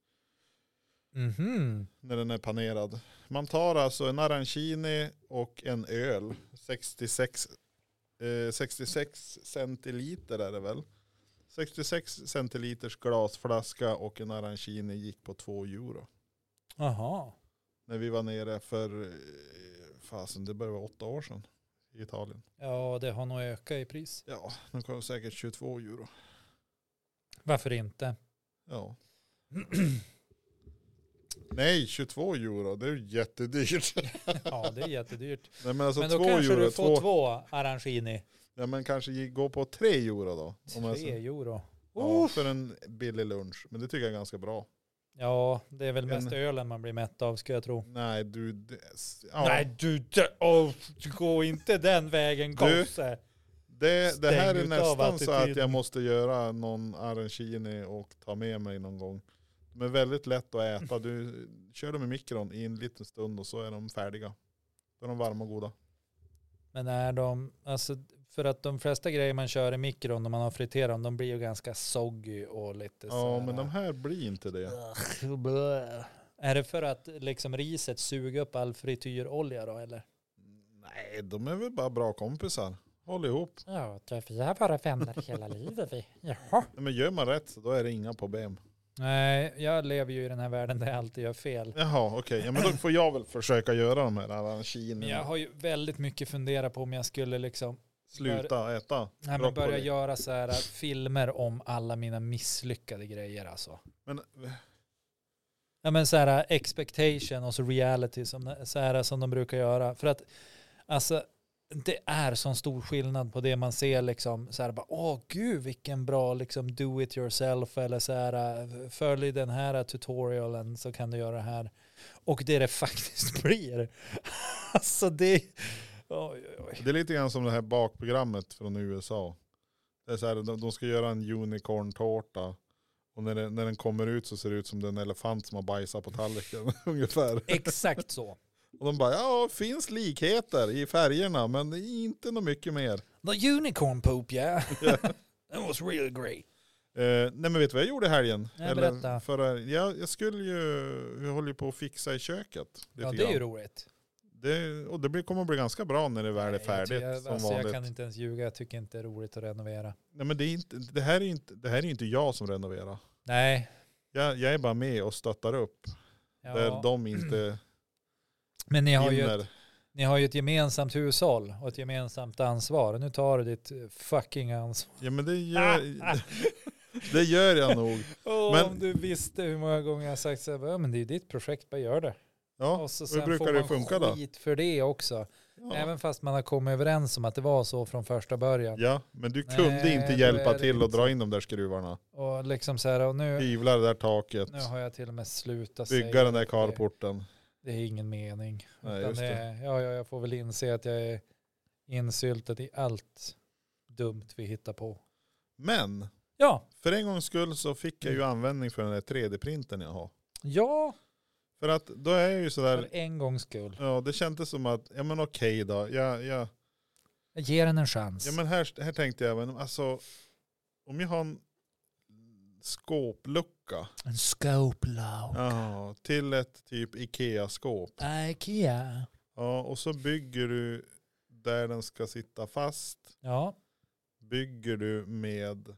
Mhm. när den är panerad. Man tar alltså en arancini och en öl. sextiosex, eh, sextiosex centiliter är det väl. sextiosex centiliters glasflaska och en arancini gick på två euro. Jaha. När vi var nere för, eh, fasen det började vara åtta år sedan i Italien. Ja, det har nog ökat i pris. Ja, nu kommer säkert tjugotvå euro. Varför inte? Ja. Nej, tjugotvå euro, det är ju jättedyrt. Ja, det är jättedyrt. Nej, men alltså Men då två kanske euro, du får två, två arancini. ja men kanske gå på tre euro då. Om jag, Tre euro. ja, för en billig lunch. Men det tycker jag är ganska bra. Ja, det är väl mest En- ölen man blir mätt av, ska jag tro. Nej, du, det, ja, Nej, du, du oh, gå inte den vägen, Du, gosse. det, det här är stäng utav nästan så att attityden. jag måste göra någon arancini och ta med mig någon gång. De är väldigt lätt att äta. Du kör dem i mikron i en liten stund och så är de färdiga. Då är de varma och goda. Men är de, alltså, För att de flesta grejer man kör i mikron när man har friterat dem, de blir ju ganska soggy och lite så Ja, här, men de här blir inte det. Är det för att liksom riset suger upp all frityrolja då, eller? Nej, de är väl bara bra kompisar. Håll ihop. Ja, vi har våra vänner hela livet. Vi. Jaha. Nej, men gör man rätt så då är det inga problem. Nej, jag lever ju i den här världen där jag alltid gör fel. Jaha, okej. Okay. Ja, men då får jag väl försöka göra de här arancini. Jag har ju väldigt mycket funderat på om jag skulle liksom Sluta bör... äta. Nej, men börja göra så här filmer om alla mina misslyckade grejer alltså. Men... Ja, men så här expectation och så reality som, så här, som de brukar göra. För att alltså det är sån stor skillnad på det man ser liksom så här bara, åh gud vilken bra liksom do it yourself eller så här följ den här tutorialen så kan du göra det här. Och det det faktiskt blir. Alltså det oj, oj, oj. Det är lite grann som det här bakprogrammet från U S A. Det är så här, de, de ska göra en unicorn-tårta. Och när, det, när den kommer ut så ser det ut som den elefant som har bajsat på tallriken ungefär. Exakt så. Och de bara, ja, finns likheter i färgerna men inte något mycket mer. The unicorn poop, yeah. That was really great. Eh, nej men vet du vad jag gjorde i helgen? Nej, Eller berätta. förra, jag, jag skulle ju, jag håller ju på att fixa i köket. Lite Ja, det grann. är ju roligt. Det, och det blir, kommer att bli ganska bra när det väl är Nej, färdigt. jag, som alltså, vanligt. jag kan inte ens ljuga, jag tycker inte det är roligt att renovera. Nej men det, är inte, det, här är inte, det här är inte jag som renoverar. Nej. Jag, jag är bara med och stöttar upp. Ja. Där de inte Men ni har, ju hinner. ett, ni har ju ett gemensamt hushåll och ett gemensamt ansvar. Nu tar du ditt fucking ansvar. Ja men det gör, det gör jag nog. Oh, Men- om du visste hur många gånger jag har sagt så här, ja, men det är ditt projekt, bara gör det. Ja, Och så hur sen brukar får det man funka då? skit för det också. Ja. Även fast man har kommit överens om att det var så från första början. Ja, men du Nej, kunde inte då hjälpa är det till inte att dra in de där skruvarna. Och liksom så här, och nu, Hyvla det där taket. nu har jag till och med slutat Bygga säga den där det. carporten. Det är ingen mening. Nej, Utan just det det. är, ja, ja, jag får väl inse att jag är insyltad i allt dumt vi hittar på. Men Ja, för en gångs skull så fick jag ju användning för den där tre D-printen jag har. ja, För att då är jag ju sådär, för en gångs skull. ja det kändes som att, ja men okej då. Jag, jag, Jag ger den en chans. ja men här, här tänkte jag, men alltså om jag har en skåplucka En scope low. ja, till ett typ Ikea-skåp. Ikea. Ja, och så bygger du där den ska sitta fast. Ja, Bygger du med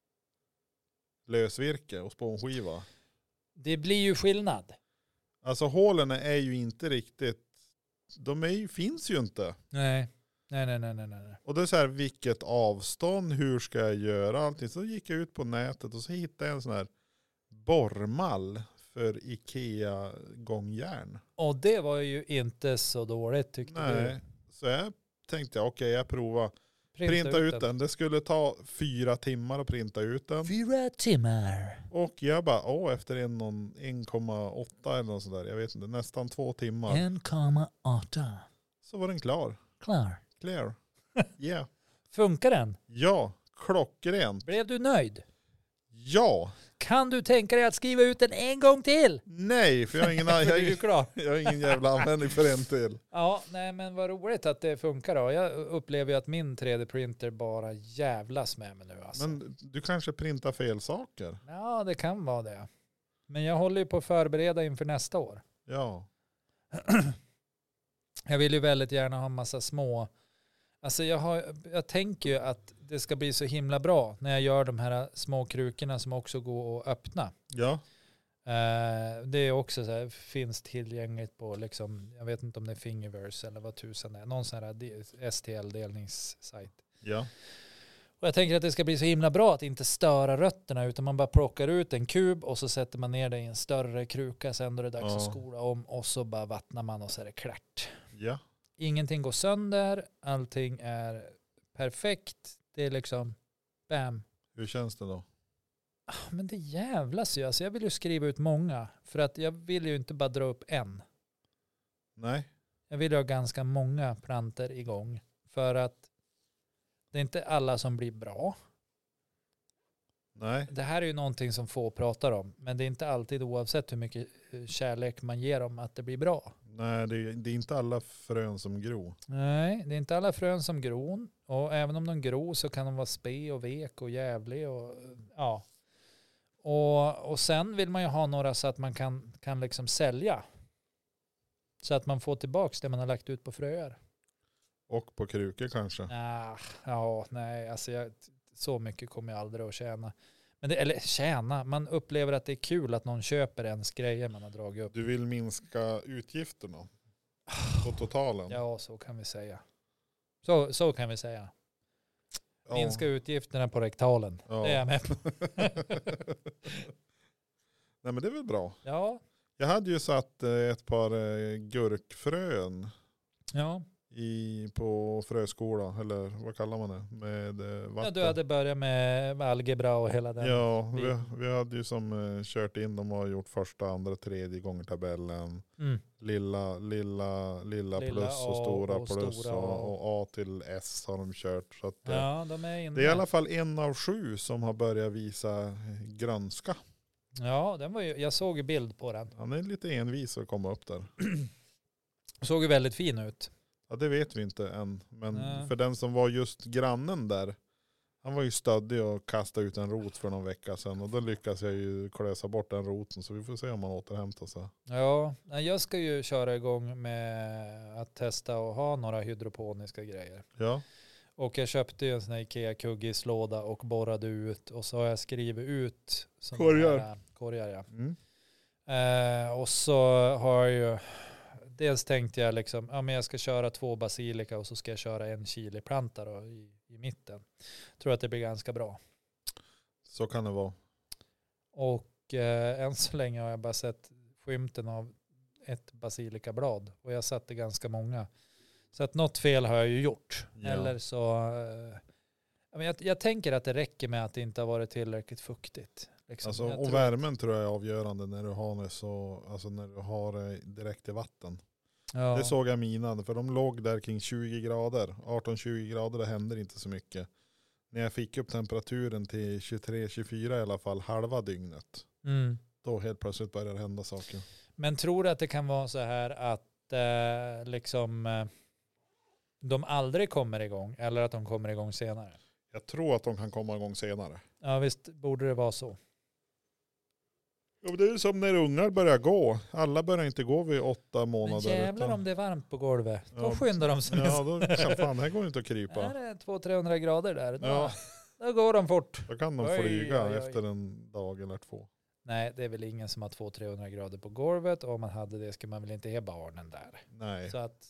lösvirke och spånskiva. det blir ju skillnad. Alltså hålen är ju inte riktigt, de är ju, finns ju inte. Nej, nej, nej, nej, nej, nej. Och det är så här, vilket avstånd, hur ska jag göra allting. Så gick jag ut på nätet och så hittade jag en sån här borrmall för Ikea gångjärn. Och det var ju inte så dåligt tyckte Nej, du. så jag tänkte okej okay, jag provar. Printa, Printa ut den. Det skulle ta fyra timmar att printa ut den. Fyra timmar. Och jag bara, åh efter en, en komma åtta eller något sådär, jag vet inte, nästan två timmar. en komma åtta. Så var den klar. Klar. Clear. Yeah. Funkar den? Ja, klockrent. Blev du nöjd? Ja. Kan du tänka dig att skriva ut den en gång till? Nej, för jag har ingen, jag, För du är ju jag, klar. jag har ingen jävla användning för en till. Ja, nej men vad roligt att det funkar då. Jag upplever ju att min tre D-printer bara jävlas med mig nu alltså. Men du kanske printar fel saker. Ja, det kan vara det. Men jag håller ju på att förbereda inför nästa år. Ja. Jag vill ju väldigt gärna ha en massa små. Alltså jag, har, jag tänker ju att det ska bli så himla bra när jag gör de här små krukorna som också går att öppna. Ja. Uh, det är också så här, finns tillgängligt på liksom, jag vet inte om det är Thingiverse eller vad tusan det är. Någon sån här S T L-delningssajt. Ja. Och jag tänker att det ska bli så himla bra att inte störa rötterna utan man bara plockar ut en kub och så sätter man ner det i en större kruka sen då är det dags Ja. att skola om och så bara vattnar man och så är det klart. Ja. Ingenting går sönder, allting är perfekt. Det är liksom, bam. Hur känns det då? Men det jävlas ju. Alltså jag vill ju skriva ut många. För att jag vill ju inte bara dra upp en. Nej. Jag vill ju ha ganska många planter igång. För att det är inte alla som blir bra. Nej. Det här är ju någonting som få pratar om. Men det är inte alltid, oavsett hur mycket kärlek man ger dem, att det blir bra. Nej, det är, det är inte alla frön som gror. Nej, det är inte alla frön som gror. Och även om de gror så kan de vara spe och vek och jävlig. Och, ja. och, och sen vill man ju ha några så att man kan, kan liksom sälja. Så att man får tillbaka det man har lagt ut på fröer. Och på krukor kanske. Ah, ja, nej, alltså jag, så mycket kommer jag aldrig att tjäna. Men det, eller tjäna, man upplever att det är kul att någon köper ens grejer man har dragit upp. Du vill minska utgifterna på totalen? Ja, så kan vi säga. Så, så kan vi säga. Ja. Minska utgifterna på rektalen. Ja. Det är jag med på. Nej, men det är väl bra. Ja. Jag hade ju satt eh, ett par eh, gurkfrön Ja. i, på fröskola, eller vad kallar man det, med eh, vatten. Ja, du hade börjat med algebra och hela den. Ja, vi, vi hade ju som eh, kört in dem och gjort första, andra, tredje gånger tabellen. Mm. Lilla, lilla, lilla, Lilla plus och A stora och plus stora och, och A till S har de kört. Så att, eh, Ja, de är inne. det är i alla fall en av sju som har börjat visa grönska. Ja, den var ju, jag såg ju bild på den. Han är lite envis att komma upp där. Såg ju väldigt fin ut. Ja, det vet vi inte än. Men Nej. för den som var just grannen där, han var ju stöddig och kastade ut en rot för någon vecka sedan. Och då lyckas jag ju klösa bort den roten. Så vi får se om man återhämtar sig. Ja, jag ska ju köra igång med att testa och ha några hydroponiska grejer. Ja, Och jag köpte ju en sån här Ikea-kuggislåda och borrade ut. Och så har jag skrivit ut såna Korgar. här, korgar ja. mm. Eh, och så har jag ju, dels tänkte jag liksom, ja men jag ska köra två basilika och så ska jag köra en chiliplanta då i, i mitten. Tror att det blir ganska bra. Så kan det vara. Och eh, än så länge har jag bara sett skymten av ett basilikablad. Och jag satte ganska många. Så att något fel har jag ju gjort. Ja. Eller så, eh, jag, jag, jag tänker att det räcker med att det inte har varit tillräckligt fuktigt. Liksom. Alltså, Jag och tror värmen tror jag är avgörande när du har det så, alltså när du har det direkt i vatten. Ja. Det såg jag mina, för de låg där kring tjugo grader. arton tjugo grader, det händer inte så mycket. När jag fick upp temperaturen till tjugotre tjugofyra i alla fall, halva dygnet. Mm. Då helt plötsligt börjar det hända saker. Men tror du att det kan vara så här att eh, liksom eh, de aldrig kommer igång eller att de kommer igång senare? Jag tror att de kan komma igång senare. Ja visst borde det vara så. Ja, men det är som när ungar börjar gå. Alla börjar inte gå vid åtta Men månader. jävlar utan- om det är varmt på golvet. Då Ja. skyndar de sig. Ja, då, ja, fan, här går det inte att Här krypa. är det två till trehundra grader där. Då, Ja. då går de fort. Då kan de Oj, flyga oj, oj. efter en dag eller två. Nej, det är väl ingen som har två till trehundra grader på golvet. Och om man hade det skulle man väl inte ha barnen där. Nej. Så att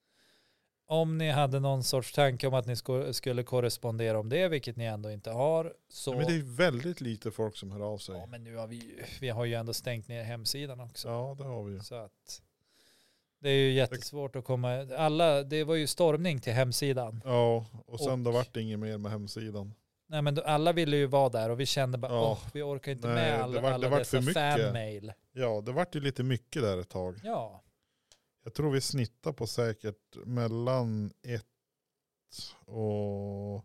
om ni hade någon sorts tanke om att ni sko- skulle korrespondera om det, vilket ni ändå inte har, så... Ja, men det är väldigt lite folk som hör av sig. Ja, men nu har vi, vi har ju ändå stängt ner hemsidan också. Ja, det har vi ju. Så att det är ju jättesvårt att komma... Alla, det var ju stormning till hemsidan. Ja, och sen Och- då vart det inget mer med hemsidan. Nej, men då, alla ville ju vara där och vi kände bara, Ja. åh, vi orkar inte Nej, med det alla, var- det alla vart dessa för mycket. fanmail. Ja, det vart ju lite mycket där ett tag. Ja, Jag tror vi snittar på säkert mellan ett och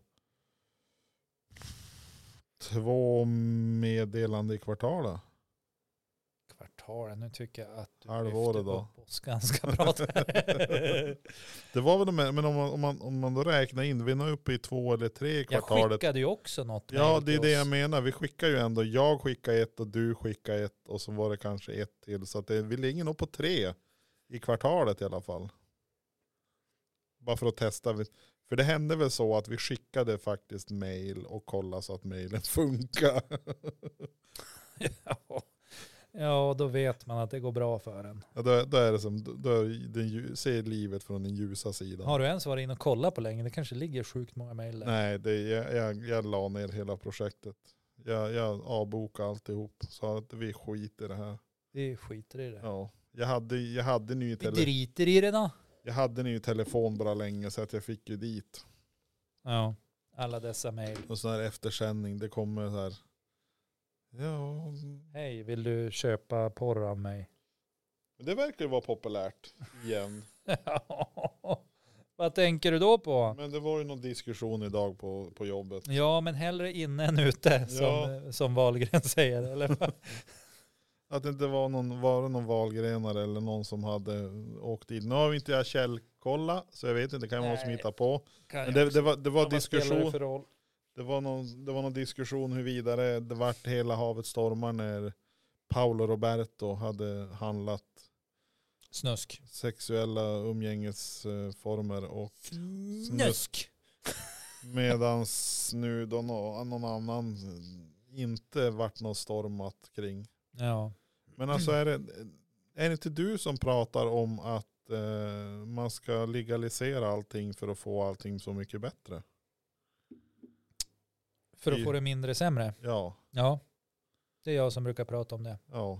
två meddelande i kvartalet. kvartalen. Nu tycker jag att du Halvåret lyfter då. upp oss ganska bra där. Det var väl med, men om man, om, man, om man då räknar in, vi är nog uppe i två eller tre i Jag kvartalet. skickade ju också något Ja, mail det är till det jag oss. menar. Vi skickar ju ändå, jag skickar ett och du skickar ett och så var det kanske ett till. Så att det, vi ligger nog på tre i kvartalet i alla fall. Bara för att testa. För det hände väl så att vi skickade faktiskt mail och kollade så att mailen funkar. Ja. Ja, då vet man att det går bra för en. Ja, då, då är det som, då, då den, lju- ser livet från den ljusa sidan. Har du ens varit in och kollat på länge? Det kanske ligger sjukt många mejl där. Nej, det, jag, jag, jag la ner hela projektet. Jag, jag avbokade alltihop. Så att vi skiter i det här. Vi skiter i det. Ja. Jag hade, jag hade ny Vi tele- driter i det då. Jag hade ny telefon bara länge så att jag fick ju dit. Ja, alla dessa mejl. Och så här eftersändning, det kommer så här. Ja, Hej, vill du köpa porr av mig? men det verkar ju vara populärt igen. Vad tänker du då på? Men det var ju någon diskussion idag på, på jobbet. Ja, men hellre inne än ute, som, Ja. som Wahlgren säger. Eller? Att det inte var någon, var det någon valgrenare eller någon som hade åkt in. Nu har vi inte jag källkolla, så jag vet inte, det kan vara någon som hittar på. Men det, det var, det var diskussion. Det, det, var någon, det var någon diskussion hur vidare det vart hela havet stormar när Paolo Roberto hade handlat Snusk. sexuella umgängesformer och Snusk. Medans nu då någon, någon annan inte vart något stormat kring. Ja. Men alltså är det, är det inte du som pratar om att eh, man ska legalisera allting för att få allting så mycket bättre? För att få det mindre sämre? Ja. Ja. Det är jag som brukar prata om det. Ja.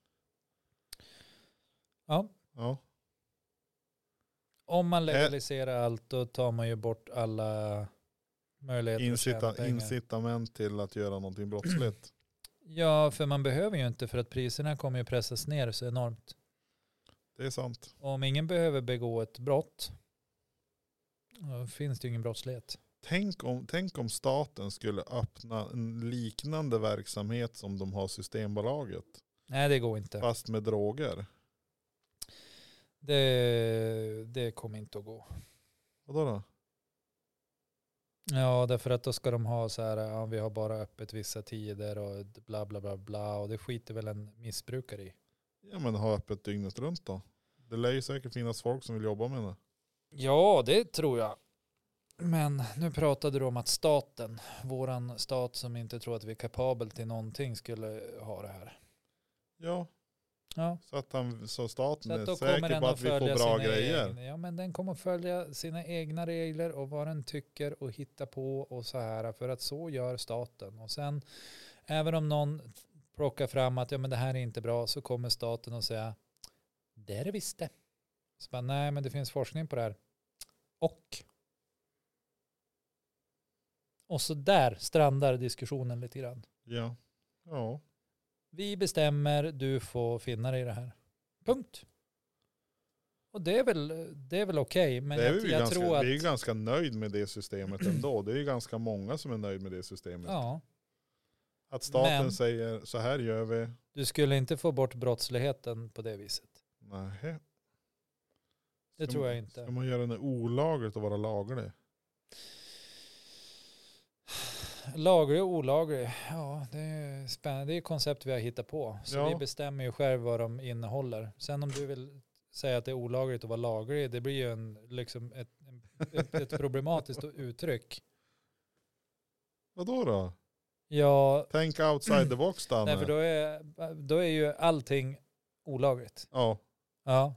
Ja. Ja. Om man legaliserar allt, då tar man ju bort alla möjligheter Incita- att tjäna pengar. incitament till att göra någonting brottsligt. Ja, för man behöver ju inte, för att priserna kommer ju pressas ner så enormt. Det är sant. Och om ingen behöver begå ett brott, då finns det ju ingen brottslighet. Tänk om, tänk om staten skulle öppna en liknande verksamhet som de har Systembolaget. Nej, det går inte. Fast med droger. Det, det kommer inte att gå. Vadå då? Ja, därför att då ska de ha så här, ja, vi har bara öppet vissa tider och bla bla bla bla, och det skiter väl en missbrukare i. Ja, men ha öppet dygnet runt då. Det lär ju säkert finnas folk som vill jobba med det. Ja, det tror jag. Men nu pratade du om att staten, våran stat som inte tror att vi är kapabel till någonting, skulle ha det här. Ja, Ja. så att, han, så staten Så att är då kommer säker den på att att vi får följa bra sina grejer. egna, ja, men den kommer att följa sina egna regler och vad den tycker och hitta på och så här, för att så gör staten. Och sen, även om någon plockar fram att ja, men det här är inte bra, så kommer staten att säga det är det visst det. Så bara, nej, men det finns forskning på det här. Och och så där strandar diskussionen lite grann. Ja. Ja. Vi bestämmer, du får finna dig i det här. Punkt. Och det är väl, det är väl okej. Men Det är jag, vi, jag ganska, tror att... vi är ju ganska nöjd med det systemet ändå. Det är ju ganska många som är nöjd med det systemet. Ja, Att staten Men- säger så här gör vi. du skulle inte få bort brottsligheten på det viset. Nej. Det Ska tror man- jag inte. Ska man göra det olagligt att vara laglig? Laglig och olaglig. Ja, det är spännande. Det är koncept vi har hittat på. Så Ja. vi bestämmer ju själv vad de innehåller. Sen om du vill säga att det är olagligt att vara laglig, det blir ju en, liksom ett, ett, ett problematiskt uttryck. Vadå då? Ja, Tänk outside the box, Danne. nej, för då är, då är ju allting olagligt. Ja. Ja,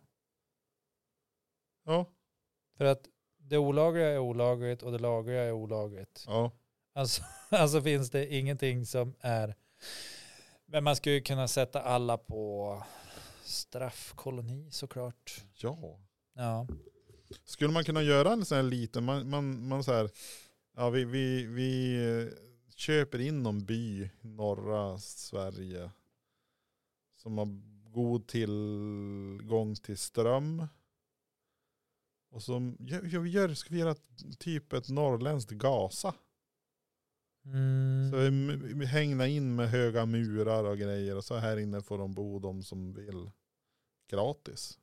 Ja. för att det olagliga är olagligt och det lagliga är olagligt. Ja. Alltså, alltså finns det ingenting som är... Men man skulle ju kunna sätta alla på straffkoloni såklart. Ja. Ja. Skulle man kunna göra en sån här liten, man, man, man så här, ja vi, vi, vi eh, köper in någon by i norra Sverige som har god tillgång till ström. Och så gör, vi gör, ska vi göra typ ett norrländskt Gaza. Mm. Så vi, vi hängna in med höga murar och grejer, och så här inne får de bo de som vill gratis.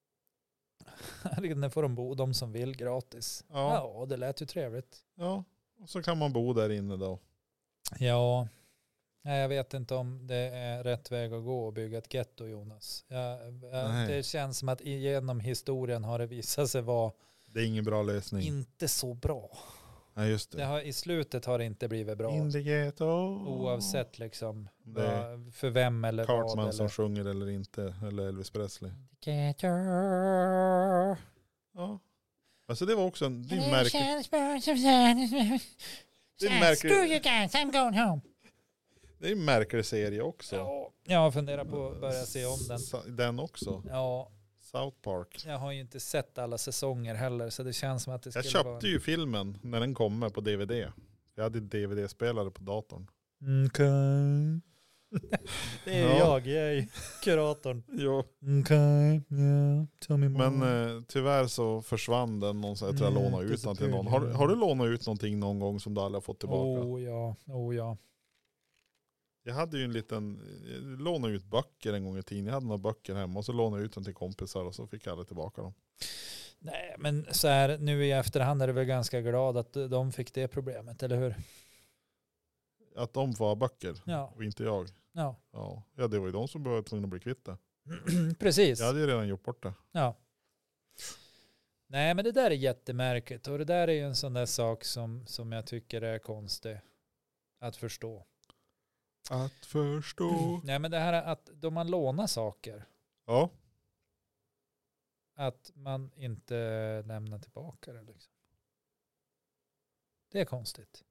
Nu får de bo, de som vill, gratis. Ja. Ja, det lät ju trevligt. Ja, och så kan man bo där inne då. Ja, nej, jag vet inte om det är rätt väg att gå och bygga ett getto, Jonas. Jag, jag, Nej. det känns som att genom historien har det visat sig vara Det är ingen bra lösning. inte så bra. Nej, just det. Det har, I slutet har det inte blivit bra. In the ghetto. Oavsett liksom Det är vad, för vem eller vad. Cartman Eller... som sjunger eller inte. Eller Elvis Presley. Ja. Alltså det var också en, det är märkligt. Det är en märklig, I'm going home. det är en märklig serie också. Ja, jag funderar på att börja se om den. Sa- Den också. Ja, South Park. jag har ju inte sett alla säsonger heller, så det känns som att det Jag skulle köpte vara... ju filmen när den kommer på D V D. Jag hade D V D-spelare på datorn. Okay. Det är Ja. jag, jag är kuratorn. Jo. Okay, yeah, som imorgon. Men eh, tyvärr så försvann den någon så jag tror jag Mm, lånade det ut är den så till någon. kul. Har, har du lånat ut någonting någon gång som du aldrig har fått tillbaka? Oh ja, oh ja. Jag hade ju en liten, jag lånade ut böcker en gång i tiden. Jag hade några böcker hemma och så lånade jag ut dem till kompisar och så fick jag aldrig tillbaka dem. Nej, men så här nu i efterhand är det väl ganska glad att de fick det problemet, eller hur? Att de får ha böcker Ja. och inte jag. Ja. Ja, ja det var ju de som var tvungna att bli kvitt det. Precis. Jag hade ju redan gjort bort det. Ja. Nej, men det där är jättemärkligt. Och det där är ju en sån där sak som, som jag tycker är konstig att förstå. Att förstå. Nej, men det här är att då man lånar saker, Ja. att man inte lämnar tillbaka det. Liksom. Det är konstigt.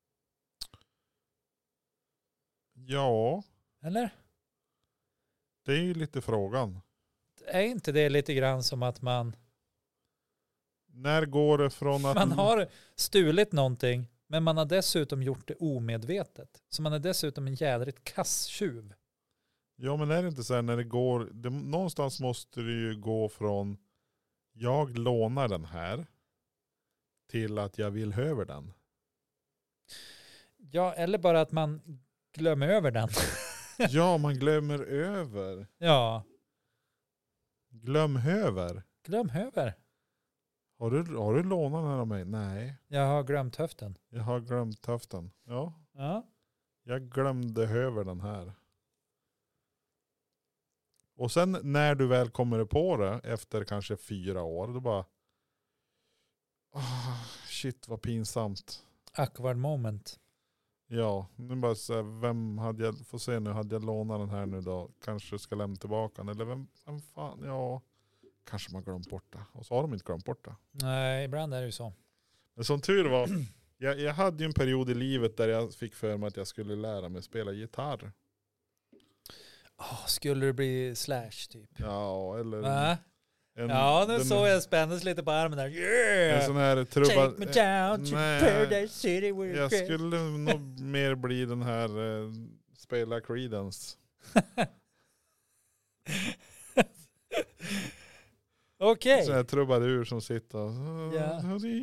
Ja, Eller? det är ju lite frågan. Är inte det lite grann som att man, När går det från att... man har stulit någonting, men man har dessutom gjort det omedvetet. Så man är dessutom en jädrigt kasstjuv. Ja, men är det inte så här när det går... Det, någonstans måste det ju gå från jag lånar den här till att jag vill över den. Ja, eller bara att man glömmer över den. Ja, man glömmer över. Ja, Glöm över. glöm över. Har du, har du lånat den här av mig? Nej, Jag har glömt höften. jag har glömt höften. Ja, Ja. jag glömde över den här. Och sen när du väl kommer på det efter kanske fyra år, då bara oh, shit vad pinsamt. Awkward moment. Ja, nu bara så här, vem hade jag, får se nu, hade jag lånat den här nu då, kanske ska lämna tillbaka den, eller vem, vem fan, ja, kanske man glömt bort det. Och så har de inte glömt bort det. Nej, ibland är det ju så. Men som tur var, jag, jag hade ju en period i livet där jag fick för mig att jag skulle lära mig spela gitarr. Oh, skulle det bli Slash typ? Ja, eller Va? en, Ja, nu den- såg jag spändes lite på armen där. en Yeah! sån här trubba. Take me down to Nej, Paradise City where jag it's skulle nog mer bli den här eh, spela Creedence. Okej. Sån här trubadur som sitter. Ja.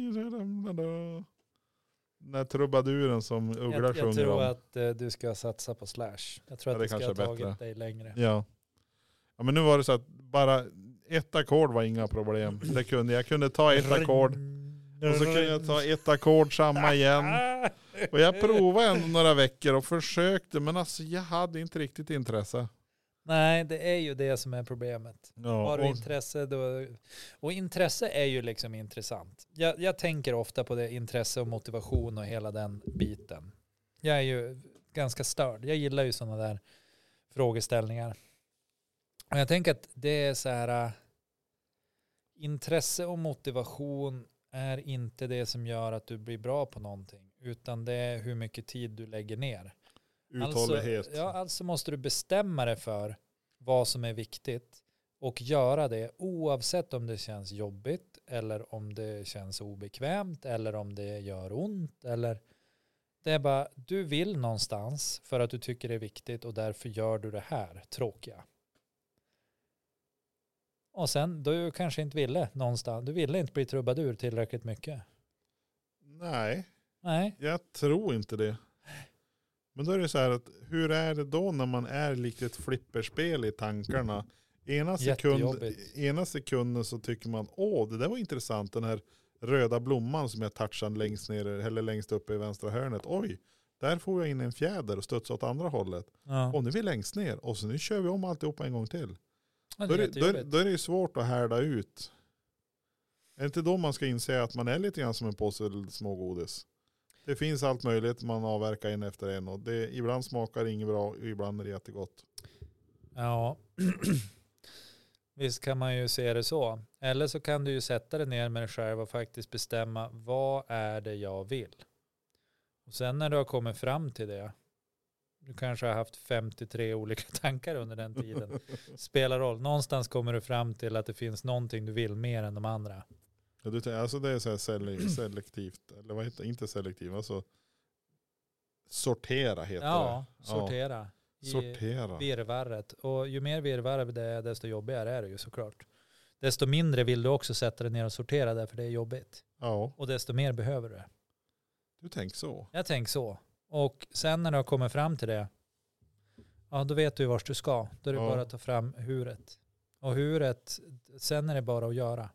Den här trubaduren som Uggla Jag, jag sjunger tror om. att eh, du ska satsa på Slash. Jag tror Ja, att det det ska kanske ha är bättre. tagit dig längre. Ja. Ja, men nu var det så att bara ett ackord var inga problem. Det kunde, jag kunde ta ett ackord och så kunde jag ta ett ackord samma igen. Och jag provade ändå några veckor och försökte, men alltså jag hade inte riktigt intresse. Nej, det är ju det som är problemet. Ja, Har du och, intresse då... Och intresse är ju liksom intressant. Jag, jag tänker ofta på det, intresse och motivation och hela den biten. Jag är ju ganska störd. Jag gillar ju sådana där frågeställningar. Och jag tänker att det är så här... Äh, intresse och motivation är inte det som gör att du blir bra på någonting. Utan det är hur mycket tid du lägger ner. uthållighet. Alltså, ja, alltså måste du bestämma dig för vad som är viktigt och göra det oavsett om det känns jobbigt eller om det känns obekvämt eller om det gör ont. Eller det är bara, du vill någonstans för att du tycker det är viktigt och därför gör du det här tråkiga. Och sen, du kanske inte ville någonstans, du ville inte bli trubadur tillräckligt mycket. Nej, Nej. jag tror inte det. Men då är det så här att hur är det då när man är lite ett flipperspel i tankarna? Ena, sekund, Jättejobbigt. ena sekunden så tycker man, åh det där var intressant, den här röda blomman som jag touchade längst ner eller längst uppe i vänstra hörnet. Oj, där får jag in en fjäder och studsar åt andra hållet. Ja. Och nu är vi längst ner och så nu kör vi om alltihopa en gång till. Ja, Då är, det är det, då, är, jättejobbigt. då är det ju svårt att härda ut. Är det inte då man ska inse att man är lite grann som en påse smågodis? Det finns allt möjligt, man avverkar en efter en och det, ibland smakar det inget bra och ibland är det jättegott. Ja, visst kan man ju se det så. Eller så kan du ju sätta dig ner med dig själv och faktiskt bestämma vad är det jag vill. Och sen när du har kommit fram till det, du kanske har haft femtiotre olika tankar under den tiden, spelar roll. Någonstans kommer du fram till att det finns någonting du vill mer än de andra. Ja, du, alltså det är så här sele- selektivt, eller vad heter inte selektivt, alltså sortera heter Ja, det. sortera. Ja, I sortera. virrvarret. Och ju mer virrvarr det är, desto jobbigare är det ju såklart. desto mindre vill du också sätta dig ner och sortera där för det är jobbigt. Ja. Och desto mer behöver du. Du tänker så. Jag tänker så. Och sen när du har kommit fram till det, ja då vet du vart du ska. Då är det Ja. bara att ta fram huret. Och huret, sen är det bara att göra.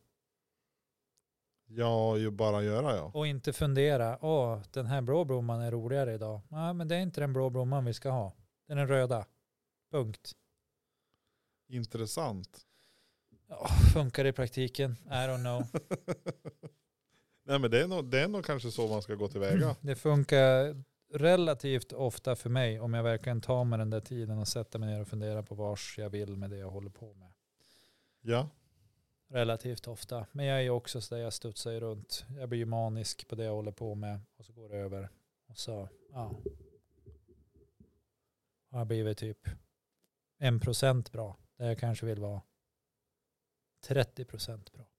Ja, ju bara göra ja. Och inte fundera, åh den här blå blomman är roligare idag. Nej men det är inte den blå blomman vi ska ha. Det är den röda. Punkt. Intressant. Ja, funkar det i praktiken? I don't know. Nej men det är, nog, det är nog kanske så man ska gå tillväga. Det funkar relativt ofta för mig om jag verkligen tar mig den där tiden och sätter mig ner och funderar på vars jag vill med det jag håller på med. Ja. Relativt ofta. Men jag är ju också så där jag studsar ju runt. Jag blir ju manisk på det jag håller på med och så går det över. Och så, ja. Har jag blivit typ en procent bra. Där jag kanske vill vara trettio procent bra.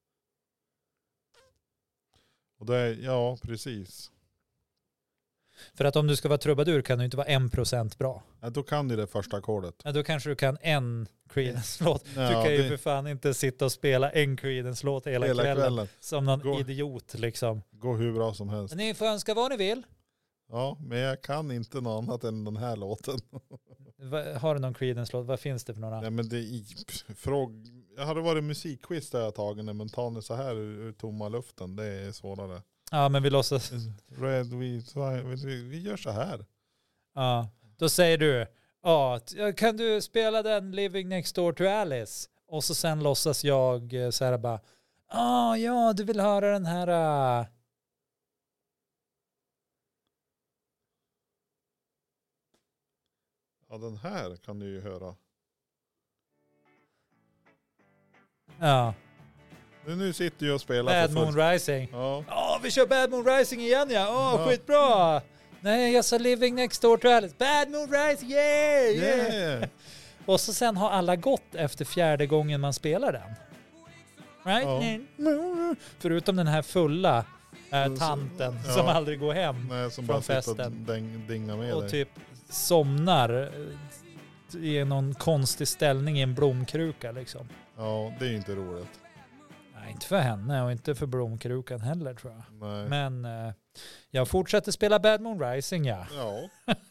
Och det är, ja, precis. För att om du ska vara trubadur kan du inte vara en procent bra. Ja, då kan du det första ackordet. Ja, då kanske du kan en Creedence-låt. Ja, du kan ju det- för fan inte sitta och spela en Creedence-låt hela, Hela kvällen, kvällen. som någon Gå. idiot liksom. Går hur bra som helst. Ni får önska vad ni vill. Ja, men jag kan inte något annat än den här låten. Va- Har du någon Creedence-låt? Vad finns det för några? Nej, men det är i, fråg, jag hade varit musikquiz där jag tagit men ta nu så här ur, ur tomma luften, det är svårare. Ja, men vi låtsas. Red, white, vi, vi gör så här. Ja, då säger du, ja, t- kan du spela den Living Next Door to Alice? Och så sen låtsas jag eh, så här bara, ah, ja, du vill höra den här... Uh... Ja, den här kan du ju höra. Ja, Nu, nu sitter jag och spelar Bad för fullt. Moon Rising. Ja, Ja, vi kör Bad Moon Rising igen ja. Åh, Ja. skitbra. Nej, jag sa Living Next Door to Alice. Bad Moon Rising, yeah, yeah. yeah. Och så sen har alla gått efter fjärde gången man spelar den. Right? Ja. Förutom den här fulla äh, Så- tanten ja. som aldrig går hem. Nej, som Från bara sitter och festen. däng, dingar med Och dig. typ somnar eh, i någon konstig ställning i en blomkruka liksom. Ja, det är ju inte roligt. Nej, inte för henne och inte för blomkrukan heller tror jag. Nej. Men eh, jag fortsätter spela Bad Moon Rising, ja. Ja.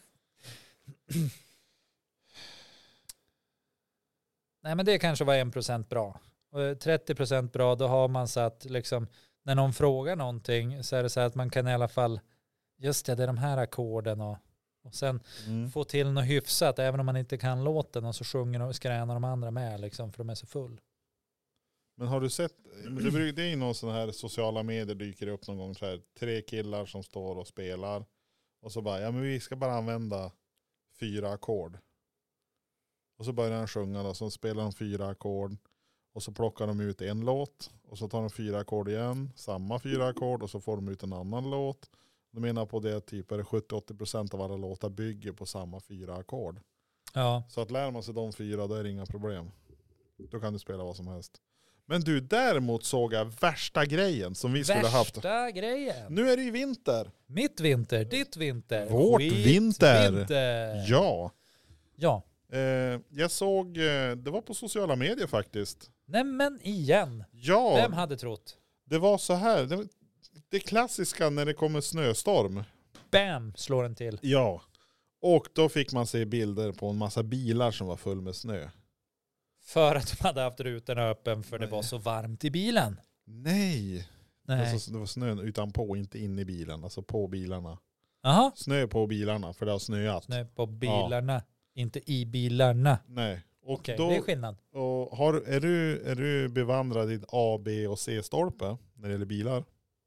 Nej, men det kanske var en procent bra. Och trettio procent bra, då har man så att liksom, när någon frågar någonting så är det så att man kan i alla fall, just det, det är de här ackorden och, och sen Mm. få till något hyfsat, även om man inte kan låten och så sjunger och skränar de andra med liksom, för de är så full. Men har du sett, men det, bru- det är ju någon sån här sociala medier dyker upp någon gång så här, tre killar som står och spelar och så bara, ja men vi ska bara använda fyra ackord. Och så börjar han sjunga och så spelar de fyra ackord och så plockar de ut en låt och så tar de fyra ackord igen, samma fyra ackord och så får de ut en annan låt. De menar på det typ är det sjuttio till åttio procent av alla låtar bygger på samma fyra ackord. Ja, Så att lär man sig de fyra, då är det inga problem. Då kan du spela vad som helst. Men du, däremot såg jag värsta grejen som vi skulle haft. värsta grejen. Nu är det ju vinter. Mitt vinter, ditt vinter. Vårt Skit vinter. vinter. Ja. Ja. Eh, jag såg, eh, det var på sociala medier faktiskt. Nämen igen. Ja, Vem hade trott? det var så här. Det, det klassiska när det kommer snöstorm. Bam, slår den till. Ja. Och då fick man se bilder på en massa bilar som var full med snö. För att de hade haft rutorna öppen för det Nej. var så varmt i bilen. Nej. Nej. Alltså, det var snö utanpå, inte in i bilen. Alltså på bilarna. Jaha. Snö på bilarna, för det har snöat. Snö på bilarna. Inte i bilarna. Nej. Och Okej, då, det är skillnad. och har, är, du, är du bevandrad i A, B och C-stolpe när det gäller bilar?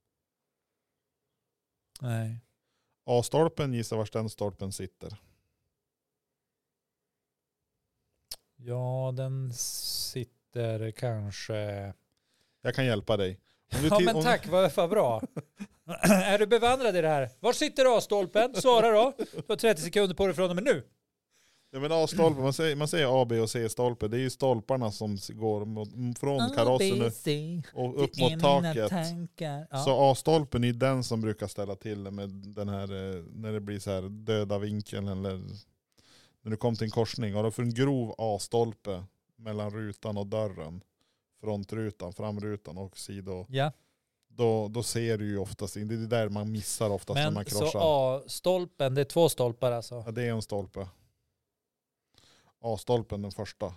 Nej. A-stolpen, gissa var den stolpen sitter. Ja, den sitter kanske... Jag kan hjälpa dig. Om du Ja, ti- men om- tack, vad, vad bra. Är du bevandrad i det här? Var sitter A-stolpen? Svara då. Du har trettio sekunder på dig från och med nu. Ja, men A-stolpen, man säger, man säger A, B och C-stolpe. Det är ju stolparna som går mot, från karossen A, nu B, C. och upp Det är mot mina taket. tankar. Ja. Så A-stolpen är den som brukar ställa till det med den här, eh, när det blir så här döda vinkeln eller när du kommer till en korsning. Och då får en grov A-stolpe mellan rutan och dörren frontrutan, framrutan och sido. Ja. Då, då ser du ju oftast in. Det är där man missar oftast när man Men krossar. så A-stolpen, det är två stolpar alltså? Ja, det är en stolpe. A-stolpen den första.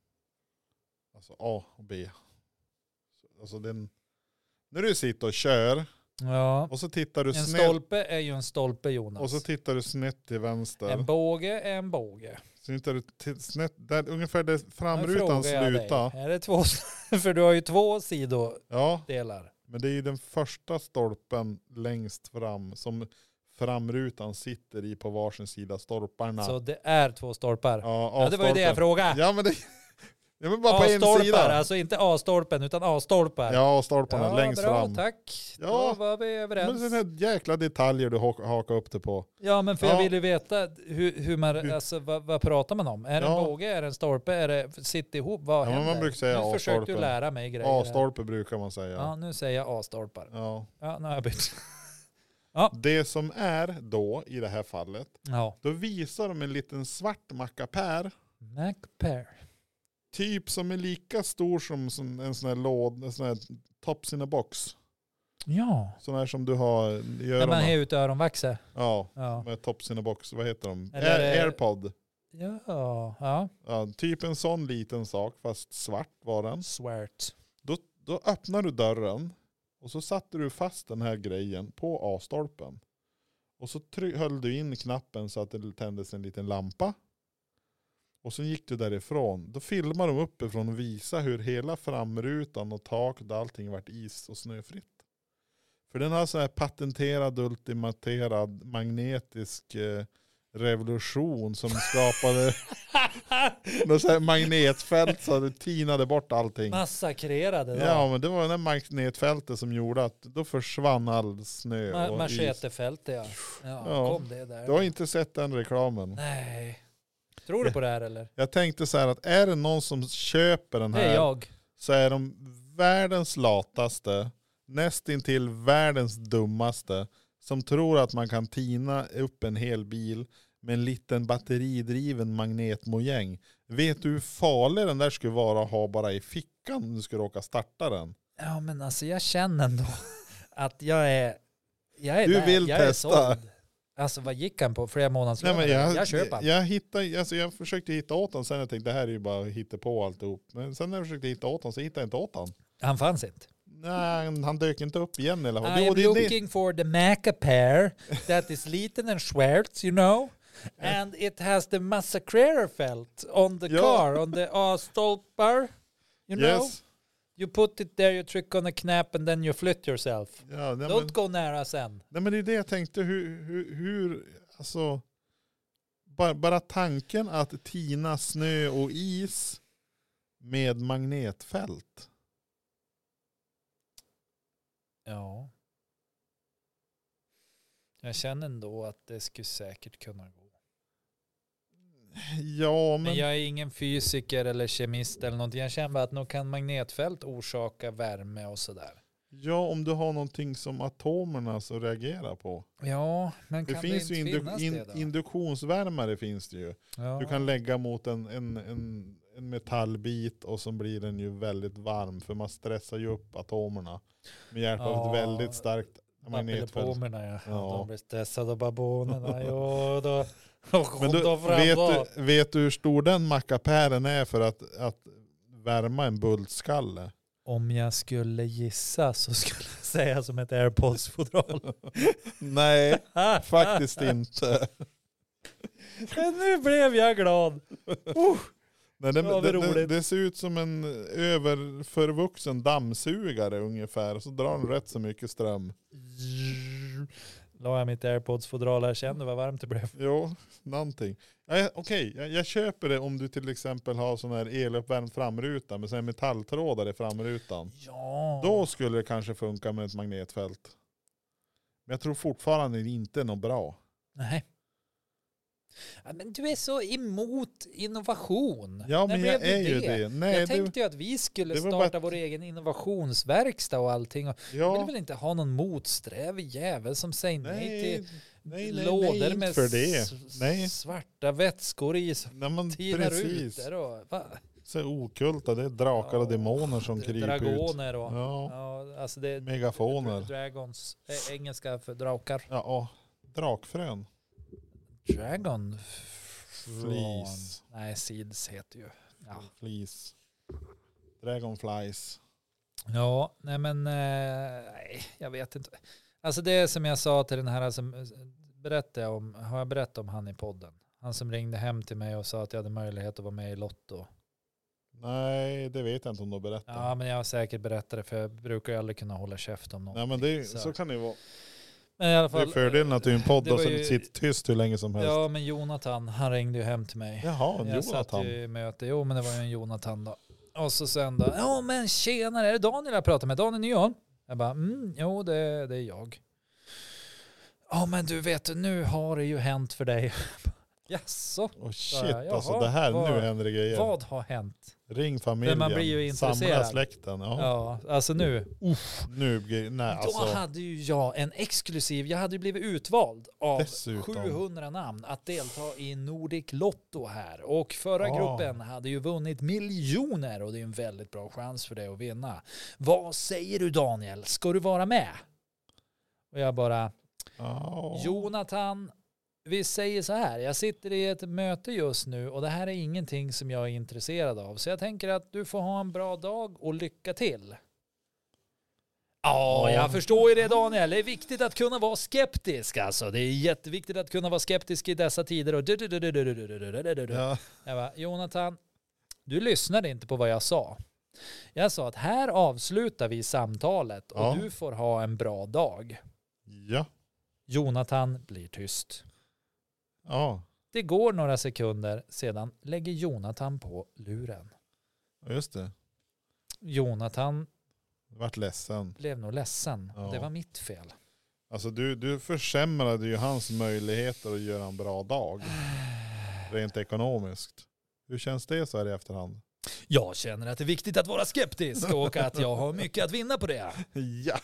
Alltså A och B. Alltså den, när du sitter och kör Ja. och så tittar du En snett. stolpe är ju en stolpe, Jonas. Och så tittar du snett till vänster. En båge är en båge. Så tittar du till snett, där ungefär där Nu framrutan frågar jag dig, slutar. är det två? För du har ju två sidodelar. Ja, men det är ju den första stolpen längst fram som framrutan sitter i på varsin sida stolparna. Så det är två stolpar. Ja, Ja, det var ju det jag frågade. Ja, men det ja, men bara på en A-stolpar, sida. alltså inte A-stolpen utan A-stolpar. Ja, stolparna Ja, längst bra, fram. tack. Ja, Då var vi Men överens. sådana här jäkla detaljer du hak- hakar upp det på. Ja, men för Ja. jag vill ju veta hur, hur man, Hur- alltså, vad, vad pratar man om? Är det Ja. en båge, är det en stolpe, är det sitter ihop? Vad Ja, men händer? man brukar säga Nu försökte du A-stolpe. lära mig grejer. A-stolpe brukar man säga. Ja, nu säger jag A-stolpar. Ja. Ja, nu har jag bytt. Det som är då i det här fallet, Ja. då visar de en liten svart mackapär. Macpair. Typ som är lika stor som som en sån här låd, en sån här tops in a box. Ja. Sån här som du har i När man öronen. har ut öronvaxet. Ja, Ja. med tops in a box. Vad heter de? Eller Air, är det- Airpod. Ja. Ja. Ja, typ en sån liten sak, fast svart var den. Swart. Då, då öppnar du dörren och så satte du fast den här grejen på A-stolpen. Och så try- höll du in knappen så att det tändes en liten lampa. Och så gick du därifrån. Då filmar de uppifrån och visar hur hela framrutan och taket och allting vart is och snöfritt. För den har så här patenterad, ultimaterad, magnetisk eh, revolution som skapade något så här magnetfält så att det tinade bort allting. Massakrerade då. Ja, men det var den här magnetfältet som gjorde att då försvann all snö Ma- och is. Machetefältet, ja. Ja, Ja. kom det där. Du har inte sett den reklamen. Nej. Tror du på det här eller? Jag tänkte så här att är det någon som köper den Det är här jag. så är de världens lataste, nästintill världens dummaste, som tror att man kan tina upp en hel bil med en liten batteridriven magnetmojäng. Vet du hur farlig den där skulle vara att ha bara i fickan om du skulle råka starta den? Ja, men alltså jag känner ändå att jag är, jag är Du där. vill jag testa. Är såld. Alltså vad gick han på? Flera månadslöner? Nej, men jag, jag köper han. jag, hittade, alltså jag försökte hitta åt honom, sen jag tänkte det här är ju bara hitta på alltihop. Men sen när jag försökte hitta åt honom så hittade jag inte åt honom. Han fanns inte. Nej, han dök inte upp igen. Eller? I Jo, am det, det, looking for the Macapair that is Liten and Schwartz, you know. And it has the massacrer felt on the Ja. car, on the A-stolpar. You know? yes. You put it there, you tryck on a knap and then you flytt yourself. Ja, nej, Don't men, go nära sen. nej men det är det jag tänkte. Hur, hur, hur alltså, bara, bara tanken att tina snö och is med magnetfält. Ja. Jag känner ändå att det skulle säkert kunna gå. Ja, men, Men jag är ingen fysiker eller kemist eller någonting. Jag känner bara att nog kan magnetfält orsaka värme och sådär. ja, om du har någonting som atomerna så reagerar på. Ja, men Det kan finns det ju inte indu- finnas in, det då? induktionsvärmare finns det ju. Ja. Du kan lägga mot en, en, en, en metallbit och så blir den ju väldigt varm för man stressar ju upp atomerna med hjälp av Ja, ett väldigt starkt magnetfält. Babbelpomerna, ja. Ja. De blir stressade av babonerna. Jo, då, då kom Men du, de fram vet, då. du, vet du hur stor den mackapären är för att, att värma en bultskalle? Om jag skulle gissa så skulle jag säga som ett AirPods-fodral. Nej, faktiskt inte. Men nu blev jag glad. Uh. Nej, det, Ja, vad det, det, roligt. det ser ut som en överförvuxen dammsugare ungefär. Så drar den rätt så mycket ström. La jag mitt AirPods-fodral här, kände vad varmt det blev. Jo, någonting. Ja, Okej, jag, jag köper det om du till exempel har sån här eluppvärmd framruta med sån här metalltrådar i framrutan. Ja. Då skulle det kanske funka med ett magnetfält. Men jag tror fortfarande det inte är något bra. Nej. Ja, men du är så emot innovation. Ja, När men jag blev du är ju det. Nej, jag det, tänkte ju att vi skulle det var starta bara- vår egen innovationsverkstad och allting. Och jag vill ja, väl inte ha någon motsträvig jävel som säger nej, nej, till nej, nej, lådor nej, inte med för det. s- Nej. svarta vätskor i som Nej, men tinar ut precis. där. Och, va? Så okulta, det är drakar och Ja, demoner som d- kryper ut. Dragoner och Ja, ja, alltså det är megafoner. dragons, är engelska för drakar. Ja, och drakfrön. Dragon Fleece. Nej, seeds heter ju. Ja, Fleece. Dragonflies. ja nej men eh, nej, jag vet inte. Alltså det är som jag sa till den här, alltså, berättade jag om, har jag berättat om han i podden? Han som ringde hem till mig och sa att jag hade möjlighet att vara med i Lotto. Nej, det vet jag inte om du berättar. Ja, men jag har säkert berättat det, för jag brukar ju aldrig kunna hålla käft om något. Nej, men det är, så. så kan det ju vara. Men i alla Det fall, är fördelen att du är en podd det och var så ju- sitter tyst hur länge som helst. Ja, men Jonathan, han ringde ju hem till mig. Jaha, en Jag satt Jonathan. ju i möte. Jo, men det var ju en Jonathan då. Och så sen då, ja men tjenare, är det Daniel jag pratar med? Daniel Nyholm? Jag bara, mm, jo det, det är jag. Ja men du vet, nu har det ju hänt för dig. Jaså? Oh shit, Jaha, alltså det här, vad- nu händer det grejer. Vad har hänt? Ring familjen, Men man blir ju samla intresserad. släkten. Ja. Ja, alltså nu. Nu, blir- nej Då alltså. hade ju jag en exklusiv, jag hade ju blivit utvald av Dessutom. sjuhundra namn att delta i Nordic Lotto här. Och förra Ah. gruppen hade ju vunnit miljoner och det är en väldigt bra chans för dig att vinna. Vad säger du Daniel? Ska du vara med? Och jag bara, Ja. Jonathan, vi säger så här, jag sitter i ett möte just nu och det här är ingenting som jag är intresserad av. Så jag tänker att du får ha en bra dag och lycka till. Ja, jag förstår ju det Daniel. Det är viktigt att kunna vara skeptisk. Alltså, det är jätteviktigt att kunna vara skeptisk i dessa tider. Och Ja. jag bara, Jonathan, du lyssnade inte på vad jag sa. Jag sa att här avslutar vi samtalet och Ja. du får ha en bra dag. Ja. Jonathan blir tyst. Ja. Det går några sekunder, sedan lägger Jonathan på luren. Just det. Jonathan Jag vart ledsen. blev nog ledsen. Ja. Det var mitt fel. Alltså du, du försämrade ju hans möjligheter att göra en bra dag. Rent ekonomiskt. Hur känns det så här i efterhand? Jag känner att det är viktigt att vara skeptisk och att jag har mycket att vinna på det. Ja.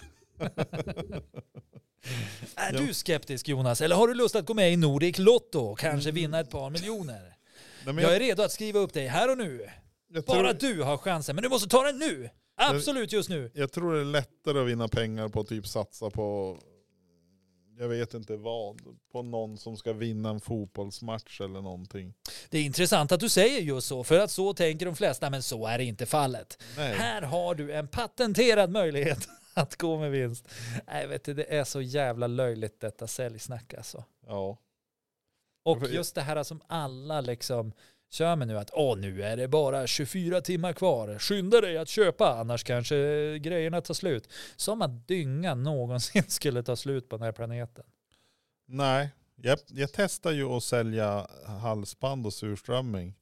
Är Ja. du skeptisk Jonas? Eller har du lust att gå med i Nordic Lotto och kanske vinna ett par miljoner? Nej, men Jag jag, är redo att skriva upp dig här och nu. jag, Bara tror, du har chansen, men du måste ta den nu. Absolut just nu. jag tror det är lättare att vinna pengar på att typ satsa på, jag vet inte vad, på någon som ska vinna en fotbollsmatch eller någonting. Det är intressant att du säger just så, för att så tänker de flesta, men så är det inte fallet. Nej. Här har du en patenterad möjlighet att gå med vinst. Nej, vet du, det är så jävla löjligt detta säljsnack alltså. Ja. Och just det här som alla liksom kör med nu, att åh, nu är det bara tjugofyra timmar kvar. Skynda dig att köpa, annars kanske grejerna tar slut. Som att dynga någonsin skulle ta slut på den här planeten. Nej, jag, jag testar ju att sälja halsband och surströmming.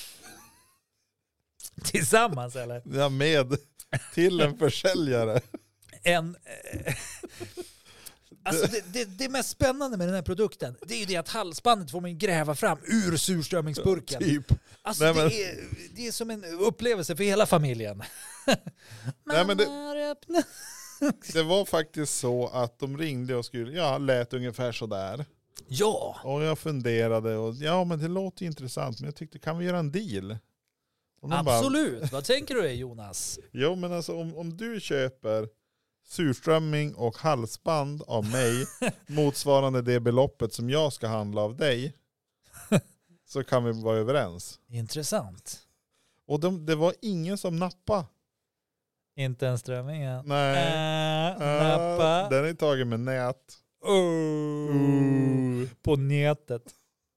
Tillsammans eller? Ja, med till en försäljare. En... Eh, alltså det, det, det mest spännande med den här produkten, det är ju det att halsbandet får man gräva fram ur surströmmingsburken. Typ. Alltså Nej, men- det, är, det är som en upplevelse för hela familjen. Nej, men det- Man har öppnat- Det var faktiskt så att de ringde och skulle, ja, lät ungefär så där. Ja, Och jag funderade och ja, men det låter intressant, men jag tyckte, kan vi göra en deal? Och de bara, absolut. Vad tänker du Jonas? jo, men alltså om, om du köper surströmming och halsband av mig motsvarande det beloppet som jag ska handla av dig, så kan vi vara överens. Intressant. Och de, det var ingen som nappade. Inte en strömmingen. Nej. Äh, Ah, nappa. den är tagen med nät. Oh, på nätet.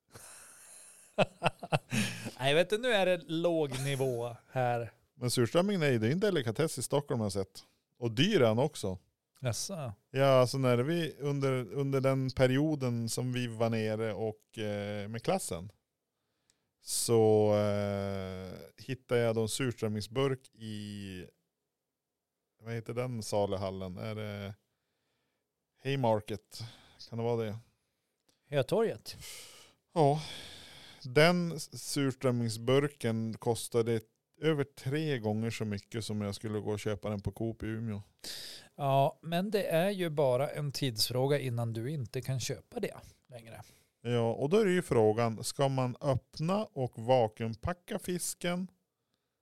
Nej, vet du, nu är det låg nivå här. Men surströmmingen är ju det är en delikatess i Stockholm har jag sett. Och dyr är den också. Jaså. Ja, alltså när vi under, under den perioden som vi var nere och eh, med klassen så eh, hittade jag en surströmmingsburk i, vad heter den saluhallen? Är det Haymarket? Kan det vara det? Hötorget. Ja, den surströmmingsburken kostade över tre gånger så mycket som jag skulle gå och köpa den på Coop i Umeå. Ja, men det är ju bara en tidsfråga innan du inte kan köpa det längre. Ja, och då är det ju frågan, ska man öppna och vakuumpacka fisken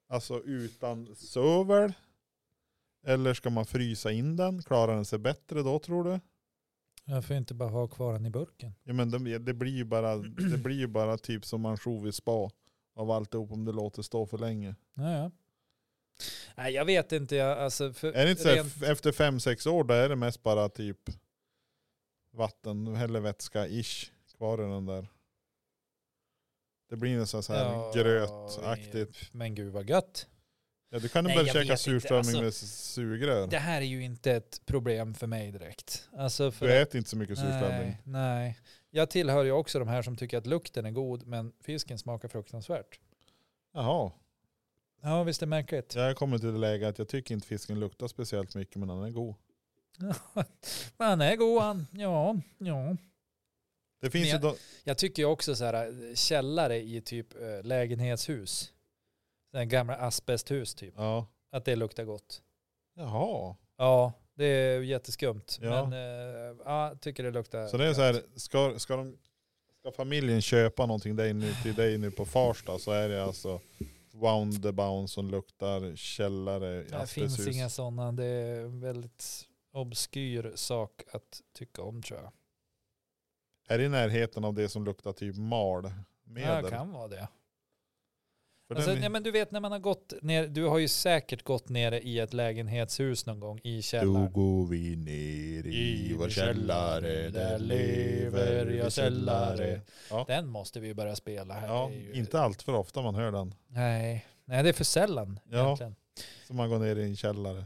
Alltså utan sövel? Eller ska man frysa in den? Klarar den sig bättre då, tror du? Jag får inte bara ha kvar den i burken. Ja, men det, det blir ju bara det blir ju bara typ som ansjovis spa av alltihop om det låter stå för länge. Ja, ja. Nej, jag vet inte. Jag, alltså, för Är det inte så rent... här, efter fem, sex år då är det mest bara typ vatten eller vätska-ish kvar i den där. Det blir nästan så här Ja, grötaktigt. Men gud vad gött. Ja, du kan ju Nej, börja jag käka vet surströmming inte. med Alltså, sugrör. Det här är ju inte ett problem för mig direkt. Alltså för Du äter inte så mycket surströmming. nej, nej. Jag tillhör ju också de här som tycker att lukten är god men fisken smakar fruktansvärt. Jaha. Ja, visst är det märkligt. Jag har kommit till det läge att jag tycker inte fisken luktar speciellt mycket, men den är god. Men han är god han. Ja, ja. Det finns Men ju då, Jag tycker ju också så här källare i typ äh, lägenhetshus. Den gamla asbesthus typ. ja. Att det luktar gott. Jaha. Ja, det är jätteskumt. Ja. Men äh, ja, jag tycker det luktar. Så det är så här, ska, ska, de, ska familjen köpa någonting dig nu, till dig nu på Farsta, så är det alltså Woundabout som luktar källare i Det finns asbesthus. inga sådana. Det är en väldigt obskyr sak att tycka om, tror jag. Är det i närheten av det som luktar typ mal? Ja, Medel? det kan vara det. För Alltså, den är- ja, men du vet när man har gått ner, du har ju säkert gått ner i ett lägenhetshus någon gång i källaren. Då går vi ner i vår källare, där lever jag källare. Ja. Den måste vi börja spela här. Ja, Det är ju- inte allt för ofta man hör den. Nej. Nej, det är för sällan Ja. egentligen. Så man går ner i en källare.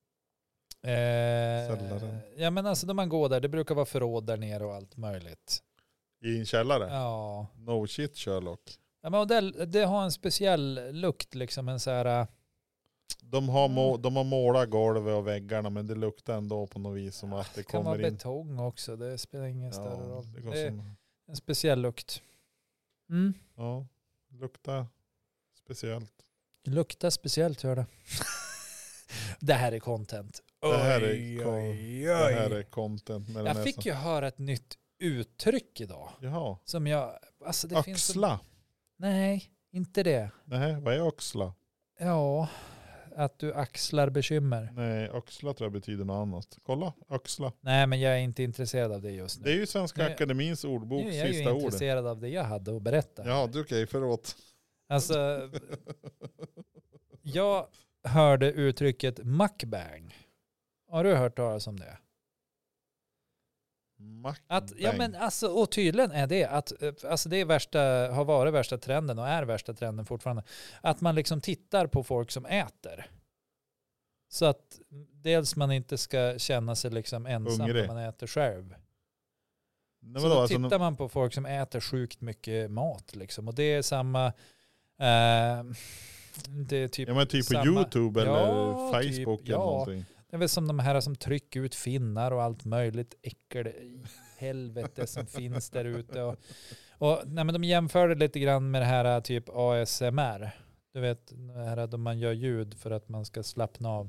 Eh, Källaren. ja, men alltså när man går där, det brukar vara förråd där nere och allt möjligt. I en källare? Ja. No shit Sherlock. Ja, men och det, det har en speciell lukt liksom, en så här. De har, må, de har målat golvet och väggarna, men det luktar ändå på något vis som att det Det kan kommer vara in. betong också, det spelar ingen större Ja, roll. det går Det är som, en speciell lukt. Mm. ja, luktar speciellt. Det luktar speciellt, hör det. Det här är content. Det här är, Oj, ko- oj, det här oj. är content. Med den Jag här fick som- ju höra ett nytt uttryck idag. Som Jaha, jag... Alltså det finns så, axla. nej, inte det. Nej, vad är axla? Ja, att du axlar bekymmer. Nej, axla tror jag betyder något annat. Kolla, axla. Nej, men jag är inte intresserad av det just nu. Det är ju Svenska Nej. Akademins ordbok, Nu är jag ju sista ordet. intresserad av det jag hade att berätta. Ja, du okej, förlåt. Alltså, jag hörde uttrycket mukbang. Har du hört talas om det? Att, ja, men alltså, och tydligen är det att eh, alltså det är värsta, har varit värsta trenden och är värsta trenden fortfarande. Att man liksom tittar på folk som äter. Så att dels man inte ska känna sig liksom ensam Hungrig. när man äter själv. Nej, Så vadå, då alltså, tittar man på folk som äter sjukt mycket mat liksom. Och det är samma... Eh, det är typ ja, men typ på samma- YouTube eller Ja, Facebook typ, eller ja. någonting. Det är väl som de här som trycker ut finnar och allt möjligt äckel i helvete som finns där ute. Och, och nej, men de jämförde lite grann med det här typ A S M R. Du vet, det här då man gör ljud för att man ska slappna av.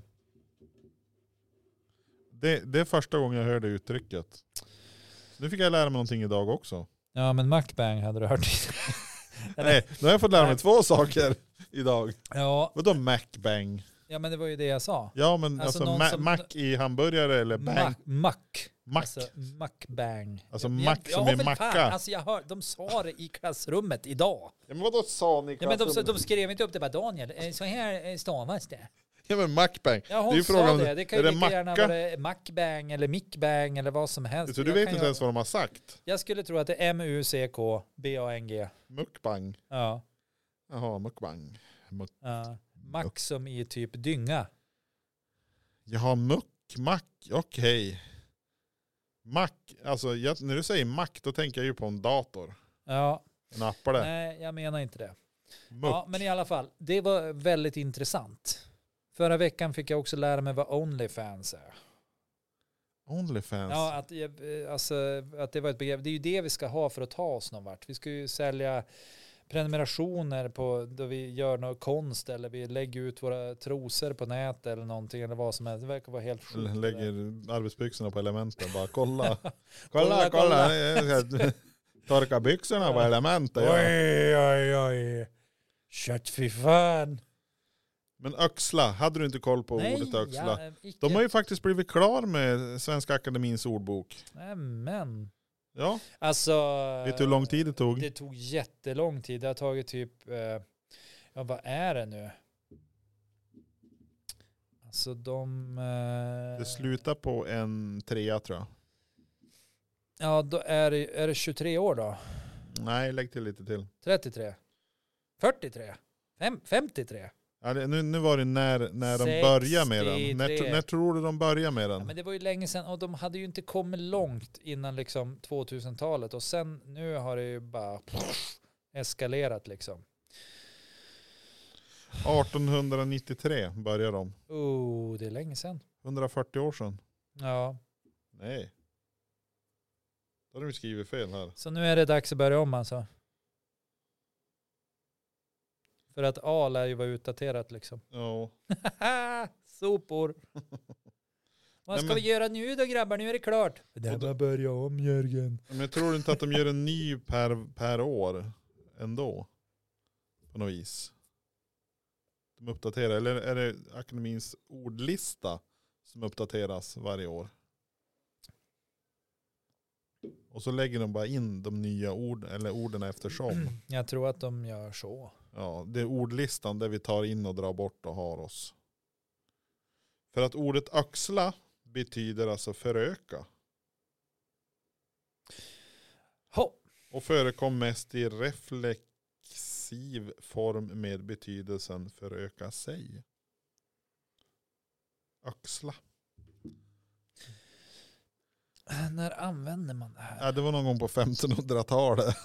Det, det är första gången jag hörde uttrycket. Nu fick jag lära mig någonting idag också. Ja, men mukbang hade du hört. Nej, nu har jag fått lära mig två saker idag. Ja, Vadå Macbang? ja, men det var ju det jag sa. Ja, men Alltså alltså, någon ma- som- mac i hamburgare eller bang? Mack. Mack. Mac. Alltså mukbang. Alltså Jag- mack som ja, är för macka. fan, alltså jag hör, de sa det i klassrummet idag. Ja, men vadå sa ni i Ja, men de, klassrummet? de skrev inte upp det, bara Daniel, eh, så här eh, stavas det. Ja, men Macbang. Ja, hon Det är ju sa frågan, det. Det kan är ju det lika gärna macka? vara Macbang eller Mickbang eller vad som helst. Så du Jag vet kan inte ju- ens vad de har sagt? Jag skulle tro att det är M U C K B A N G. Mukbang. Ja. Jaha, mukbang. Muk- ja. Mack som i typ dynga. Jaha, muck, mack, okej. Mack, alltså jag, när du säger mack då tänker jag ju på en dator. Ja. En appare. Nej, jag menar inte det. Muck. Ja, men i alla fall, det var väldigt intressant. Förra veckan fick jag också lära mig vad OnlyFans är. Onlyfans. Ja, att, eh, alltså, att det var ett begrepp. Det är ju det vi ska ha för att ta oss någon vart. Vi ska ju sälja prenumerationer på då vi gör något konst eller vi lägger ut våra trosor på nätet eller någonting eller vad som helst. Det verkar vara helt sjukt. Eller det där. lägger arbetsbyxorna på elementen. Bara kolla. Kolla, kolla, kolla. Jag ska torka byxorna på elementen. Ja. Oj, oj, oj. Kött fy fan. Men öxla, hade du inte koll på Nej, ordet öxla? ja, icke. De har ju faktiskt blivit klar med Svenska Akademins ordbok. Nämen. Ja, Alltså, vet du hur lång tid det tog? Det tog jättelång tid. Det har tagit typ, eh, ja vad är det nu? Alltså de... Eh, Det slutar på en trea tror jag. Ja, då är det, är det tjugotre år då? Nej, lägg till lite till. trettiotre? fyrtiotre? Fem, femtiotre? Ja, det, nu, nu var det när, när de sextiotre. börjar med den. När, när tror du de börjar med den? Ja, men det var ju länge sedan och de hade ju inte kommit långt innan liksom tvåtusentalet och sen nu har det ju bara pff, eskalerat liksom. arton nittiotre började de. Oh, det är länge sedan. hundrafyrtio år sedan. Ja, Nej. Då har de skrivit fel här. så nu är det dags att börja om alltså. För att A lär ju vara utdaterat liksom. Ja. Sopor. Vad ska Nej, men- vi göra nu då grabbar? Nu är det klart. Det Och då- bara börja om Jörgen. Men jag tror inte att de gör en ny per, per år ändå. På något vis. De uppdaterar. Eller är det Akademins ordlista som uppdateras varje år? Och så lägger de bara in de nya ord, eller orden eftersom. Jag tror att de gör så. Ja, det är ordlistan där vi tar in och drar bort och har oss. För att ordet öxla betyder alltså föröka. Ho. Och förekom mest i reflexiv form med betydelsen föröka sig. Öxla. När använder man det här? Ja, det var någon gång på femtonhundratalet.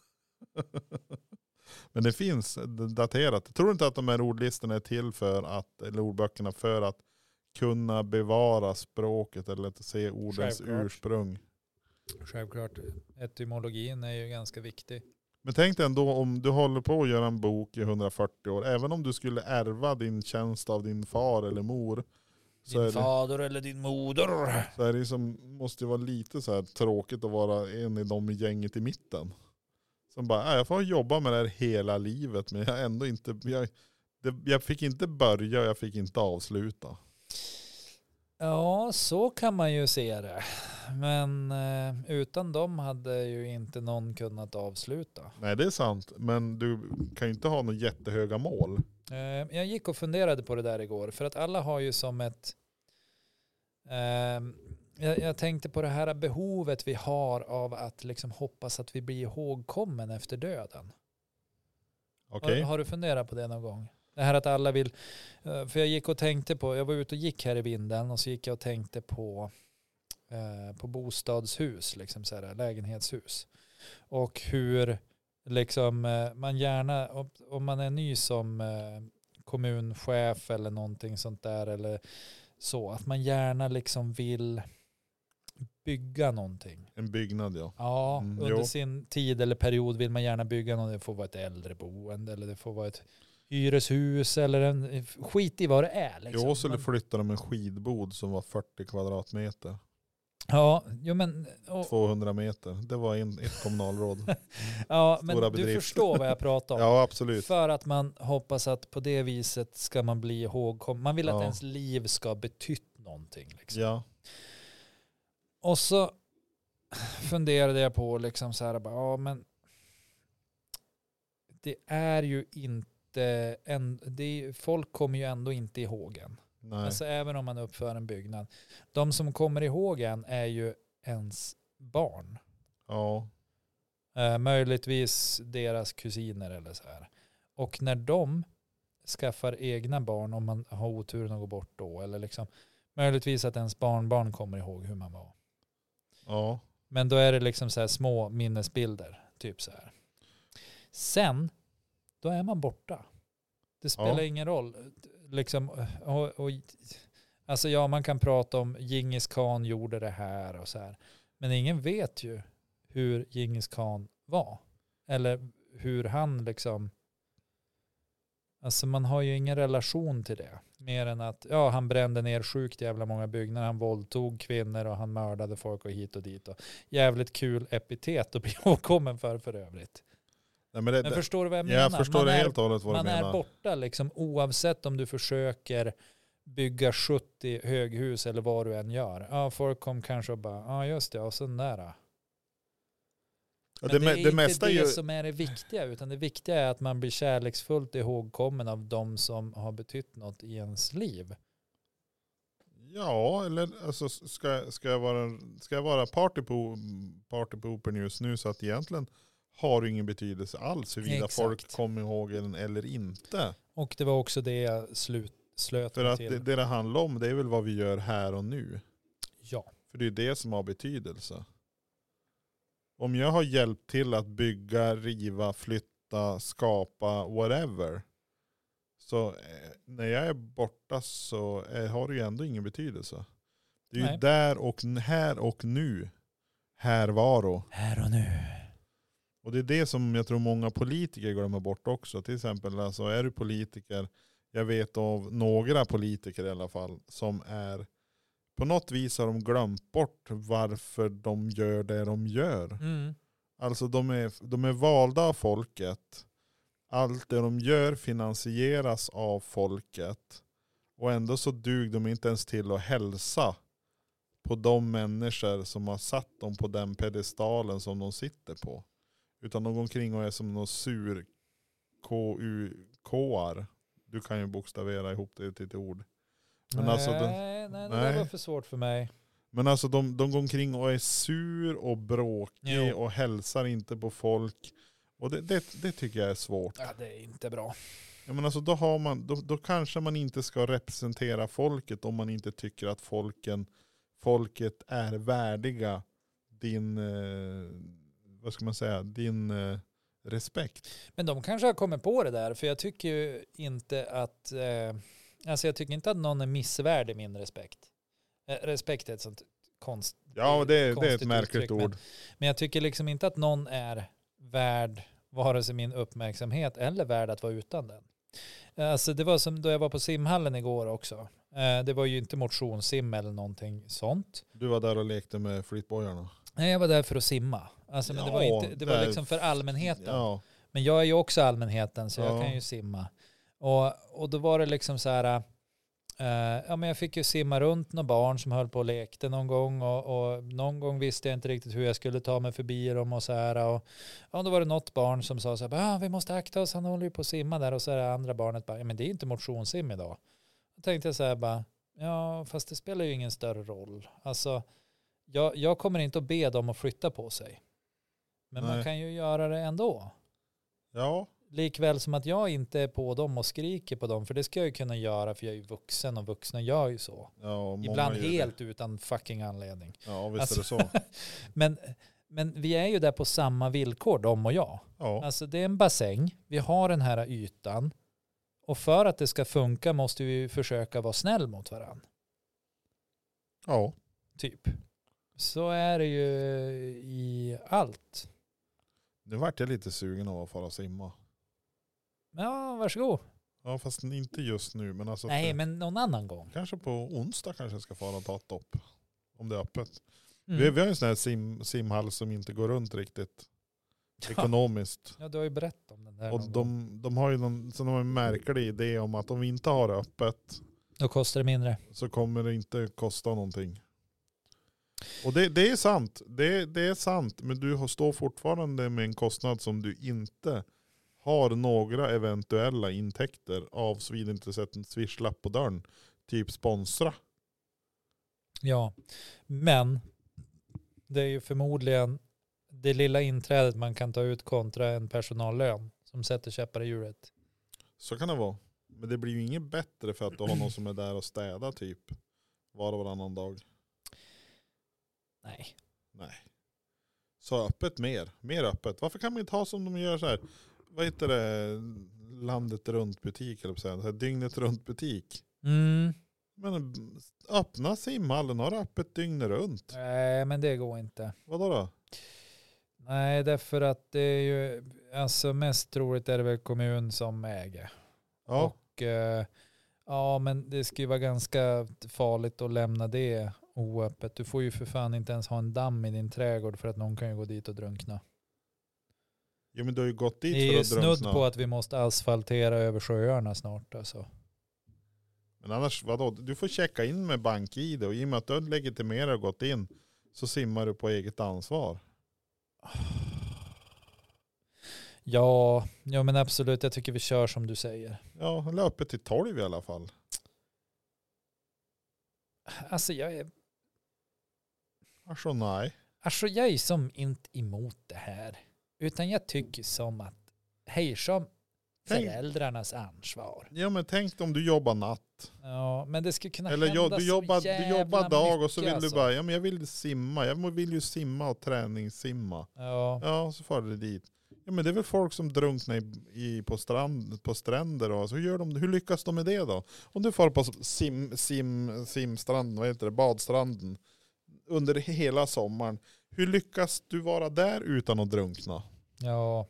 Men det finns daterat. Jag tror inte att de här ordlistorna är till för att, eller ordböckerna för att kunna bevara språket eller att se ordens Självklart. ursprung. Självklart. Etymologin är ju ganska viktig. Men tänk dig ändå om du håller på att göra en bok i hundrafyrtio år. Även om du skulle ärva din tjänst av din far eller mor. Så är Din det, fader eller din moder. så är det som, måste ju vara lite så här tråkigt att vara en i de i gänget i mitten. Som bara, "Nej, jag får jobba med det här hela livet men jag ändå inte, jag, det, jag fick inte börja och jag fick inte avsluta." Ja, så kan man ju se det. Men eh, utan dem hade ju inte någon kunnat avsluta. Nej, det är sant. Men du kan ju inte ha några jättehöga mål. Eh, jag gick och funderade på det där igår. För att alla har ju som ett... Eh, jag, jag tänkte på det här behovet vi har av att liksom hoppas att vi blir ihågkommen efter döden. Okej. Har, har du funderat på det någon gång? Det här att alla vill... eh, För jag gick och tänkte på... Jag var ute och gick här i Vindeln och så gick jag och tänkte på... Eh, på bostadshus, liksom så här, lägenhetshus. Och hur liksom eh, man gärna... Om, om man är ny som eh, kommunchef eller någonting sånt där eller så. Att man gärna liksom vill bygga någonting. En byggnad, ja. Ja, Mm, under jo. sin tid eller period vill man gärna bygga något. Det får vara ett äldreboende eller det får vara ett hyreshus eller en skit i vad det är. Liksom. Jag skulle Man- flytta dem en skidbod som var fyrtio kvadratmeter. Ja, jo men, och, tvåhundra meter. Det var en, ett kommunalråd. ja, men stora du bedrift. förstår vad jag pratar om. Ja, absolut. För att man hoppas att på det viset ska man bli ihågkommen. Man vill att Ja. ens liv ska betytt någonting. Liksom. Ja. Och så funderade jag på liksom så här, bara, ja men det är ju inte, en, det är, folk kommer ju ändå inte ihåg en. Nej. Alltså även om man uppför en byggnad. De som kommer ihåg en är ju ens barn. Ja. Eh, möjligtvis deras kusiner eller så här. Och när de skaffar egna barn, om man har oturen att gå bort då, eller liksom, möjligtvis att ens barnbarn kommer ihåg hur man var. Ja. Men då är det liksom så här små minnesbilder, typ så här. Sen, då är man borta. Det spelar Ja. ingen roll. Liksom, och, och, alltså ja, man kan prata om Djingis khan gjorde det här och så här. Men ingen vet ju hur Djingis khan var. Eller hur han liksom... Alltså man har ju ingen relation till det. Mer än att ja, han brände ner sjukt jävla många byggnader. Han våldtog kvinnor och han mördade folk och hit och dit. Och jävligt kul epitet att bli åkommen för för övrigt. Nej, men det, Men förstår du vad jag menar? jag förstår man det är, helt och hållet vad man du menar. är borta liksom, oavsett om du försöker bygga sjuttio höghus eller vad du än gör. Ja, folk kom kanske och bara, ja just det, och sån där. Ja, Men det, det är det inte mesta det är ju, som är det viktiga, utan det viktiga är att man blir kärleksfullt ihågkommen av de som har betytt något i ens liv. ja, eller alltså, ska, ska jag vara, ska jag vara partypo, partypoopern just nu, så att egentligen har det ingen betydelse alls huruvida Exakt. folk kommer ihåg den eller inte. Och det var också det jag slut, slöt För mig att till. det, det det handlar om, det är väl vad vi gör här och nu. Ja. För det är det som har betydelse. Om jag har hjälpt till att bygga, riva, flytta, skapa, whatever. Så eh, när jag är borta så eh, har det ju ändå ingen betydelse. Det är ju Nej. där och här och nu. Härvaro. Här och nu. Och det är det som jag tror många politiker glömmer bort också. Till exempel, alltså, är du politiker, jag vet av några politiker i alla fall, som är, på något vis har de glömt bort varför de gör det de gör. Mm. Alltså de är, de är valda av folket. Allt det de gör finansieras av folket. Och ändå så dug de inte ens till att hälsa på de människor som har satt dem på den pedestalen som de sitter på. Utan de går omkring och är som någon sur K U K-ar. Du kan ju bokstavera ihop det till ett ord. Men nej, alltså de, nej, det nej. där var för svårt för mig. Men alltså de, de går omkring och är sur och bråkig Jo. och hälsar inte på folk. Och det, det, det tycker jag är svårt. Ja, det är inte bra. Ja, men alltså då, har man, då, då kanske man inte ska representera folket om man inte tycker att folken, folket är värdiga din, eh, vad ska man säga, din eh, respekt. Men de kanske har kommit på det där, för jag tycker ju inte att eh, alltså jag tycker inte att någon är missvärd i min respekt. Eh, respekt är ett sånt konst. Ja, det, det är ett konstigt märkligt uttryck, ord. Men, men jag tycker liksom inte att någon är värd vare sig min uppmärksamhet eller värd att vara utan den. Alltså det var som då jag var på simhallen igår också. Eh, det var ju inte motionssim eller någonting sånt. Du var där och lekte med flytbojarna. Nej, jag var där för att simma. Alltså, men det var, Ja, inte, det var där- liksom för allmänheten. Ja, Men jag är ju också allmänheten, så Ja. jag kan ju simma. Och, och då var det liksom så här, eh, ja men jag fick ju simma runt några barn som höll på och lekte någon gång. Och, och någon gång visste jag inte riktigt hur jag skulle ta mig förbi dem och så här. Och ja, då var det något barn som sa så här, ah, vi måste akta oss, han håller ju på att simma där. Och så är det andra barnet bara, ja men det är inte motionssim idag. Då tänkte jag så här bara, ja fast det spelar ju ingen större roll. Alltså, jag, jag kommer inte att be dem att flytta på sig. Men Nej. man kan ju göra det ändå. ja, Likväl som att jag inte är på dem och skriker på dem. För det ska jag ju kunna göra, för jag är ju vuxen och vuxna gör ju så. ja många Ibland gör det. helt utan fucking anledning. Ja, visst Alltså- är det så. Men, men vi är ju där på samma villkor, de och jag. Ja, Alltså det är en bassäng, vi har den här ytan. Och för att det ska funka måste vi försöka vara snäll mot varandra. ja. Typ. Så är det ju i allt. Nu vart jag lite sugen av att fara och simma. Ja, varsågod. Ja, fast inte just nu. Men alltså Nej, för- men någon annan gång. kanske på onsdag kanske jag ska fara och ta ett dopp. Om det är öppet. Mm. Vi, vi har ju en sån här sim, simhall som inte går runt riktigt ekonomiskt. Ja, du har ju berättat om den där Och någon gång. de, de har ju någon, så de har en märklig idé om att om vi inte har det öppet Då kostar det mindre. så kommer det inte kosta någonting. Och det, det är sant. Det, det är sant. Men du har- står fortfarande med en kostnad som du inte har några eventuella intäkter av, såvida inte sett en swishlapp på dörren. Typ sponsra. Ja, men det är ju förmodligen det lilla inträdet man kan ta ut kontra en personallön som sätter käppar i hjulet. Så kan det vara. Men det blir ju inget bättre för att du har någon som är där och städar typ var och varannan dag. Nej. Nej. Så öppet mer. Mer öppet. Varför kan man inte ha som de gör så här? Vad heter det? Landet runt butik eller så här. Dygnet runt butik. Mm. Men öppna simhallen, har öppet dygnet runt. Nej, men det går inte. Vadå då? Nej, därför att det är ju, alltså mest troligt är det väl kommun som äger. Ja. Och eh, ja, men det ska ju vara ganska farligt att lämna det oöppet. Du får ju för fan inte ens ha en damm i din trädgård för att någon kan ju gå dit och drunkna. Jo, men du har ju gått dit Det är för ju att snudd drunkna. på att vi måste asfaltera över sjöarna snart. Alltså. Men annars, vadå? Du får checka in med bank-I D och i och med att du har legitimerat och gått in så simmar du på eget ansvar. Ja, ja, men absolut. Jag tycker vi kör som du säger. Ja, eller öppet till tolv i alla fall. Alltså jag är, Alltså nej. alltså jag är som inte emot det här. Utan jag tycker som att hej som Tänk- föräldrarnas ansvar. Ja, men tänk om du jobbar natt. Ja, men det skulle kunna Eller hända jo, du, så jobbar, du jävla jobbar dag och så vill mycket, du alltså. bara, ja men jag vill simma. Jag vill ju simma och träningssimma. Ja. Ja, så far du dit. Ja, men det är väl folk som drunknar i, i, på, strand, på stränder. Och så hur, gör de, hur lyckas de med det då? Om du far på sim, sim, simstranden, vad heter det, badstranden under hela sommaren. Hur lyckas du vara där utan att drunkna? Ja.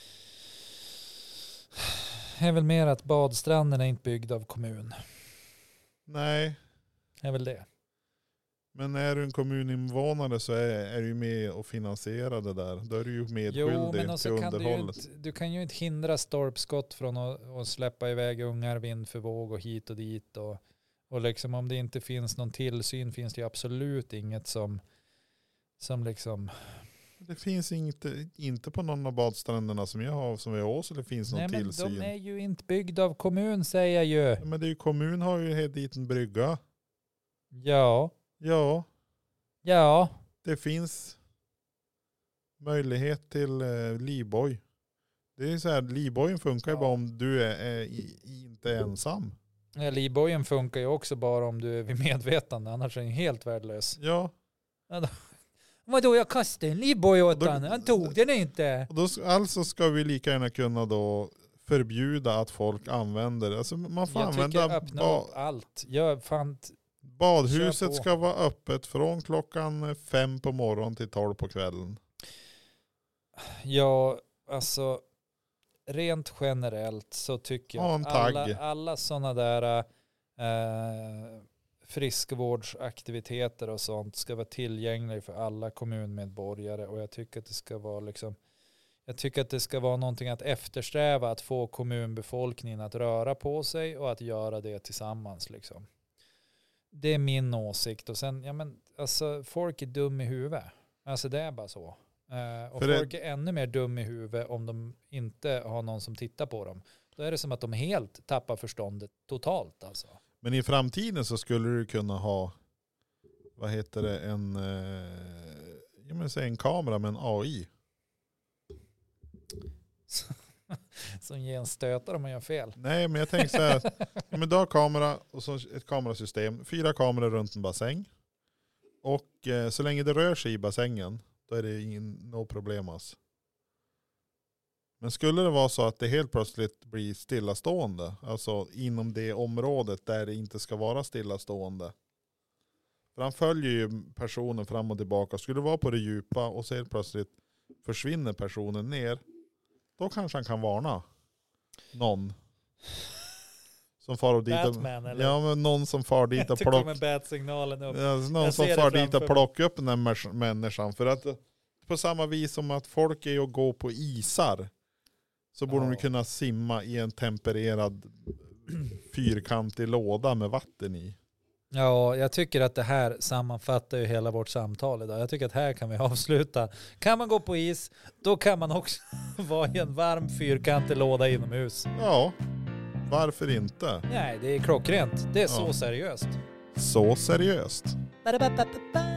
Det är väl mer att badstranden är inte byggd av kommun. Nej, Det är väl det. men är du en kommuninvånare så är, är du ju med och finansierar det där. Då är du ju medskyldig Jo, men till också kan du, ju underhållet. inte, du kan ju inte hindra stolpskott från att, att släppa iväg ungar vind för våg och hit och dit. Och, och liksom om det inte finns någon tillsyn finns det ju absolut inget som, som liksom... Det finns inte, inte på någon av badstränderna som jag har som är ås eller finns någon Nej, men tillsyn. de är ju inte byggda av kommun säger jag ju. Ja, men det är ju kommun har ju helt dit en brygga. Ja, Ja, ja. det finns möjlighet till eh, livboj. Det är så här, livbojen funkar ju Ja. bara om du är, är i, inte är ensam. Ja, livbojen funkar ju också bara om du är vid medvetande, annars är den helt värdelös. Ja, Vadå, jag kastade en livboj åt Då- honom, han tog den inte. och då, s- alltså ska vi lika gärna kunna då förbjuda att folk använder, alltså man får Jag tycker använda öppna ba, upp allt. Jag fan, Kör badhuset på. ska vara öppet från klockan fem på morgonen till tolv på kvällen. ja, alltså rent generellt så tycker Ha jag en att tagg. alla, alla sådana där eh, friskvårdsaktiviteter och sånt ska vara tillgängliga för alla kommunmedborgare, och jag tycker att det ska vara liksom jag tycker att det ska vara någonting att eftersträva, att få kommunbefolkningen att röra på sig och att göra det tillsammans liksom. Det är min åsikt. Och sen, ja men alltså folk är dum i huvudet. Alltså det är bara så. Eh, och För det- folk är ännu mer dum i huvudet om de inte har någon som tittar på dem. Då är det som att de helt tappar förståndet totalt alltså. Men i framtiden så skulle du kunna ha, vad heter det, en, eh, jag menar, säg en kamera med en A I. Som ger en stötar om man gör fel. Nej, men jag tänker så här, ja, men du har kamera och så ett kamerasystem, fyra kameror runt en bassäng. Och eh, så länge det rör sig i bassängen, då är det ingen, no problemas. Men skulle det vara så att det helt plötsligt blir stillastående, alltså inom det området där det inte ska vara stillastående. För han följer ju personen fram och tillbaka. Skulle det vara på det djupa och så helt plötsligt försvinner personen ner, då kanske han kan varna någon. Som far och dit och, Batman, eller? ja, men någon som far dit och Det kommer plockar. bat-signalen upp. Ja, någon Jag som ser det far dit framför och mig. plockar upp den här människ- människan. För att på samma vis som att folk är ju och går på isar, så borde Ja. de kunna simma i en tempererad fyrkantig låda med vatten i. Ja, jag tycker att det här sammanfattar ju hela vårt samtal idag. Jag tycker att här kan vi avsluta. Kan man gå på is, då kan man också vara i en varm fyrkantig låda inomhus. Ja, varför inte? Nej, det är klockrent. Det är så Ja. seriöst. Så seriöst. Ba-da-ba-ba-ba-ba.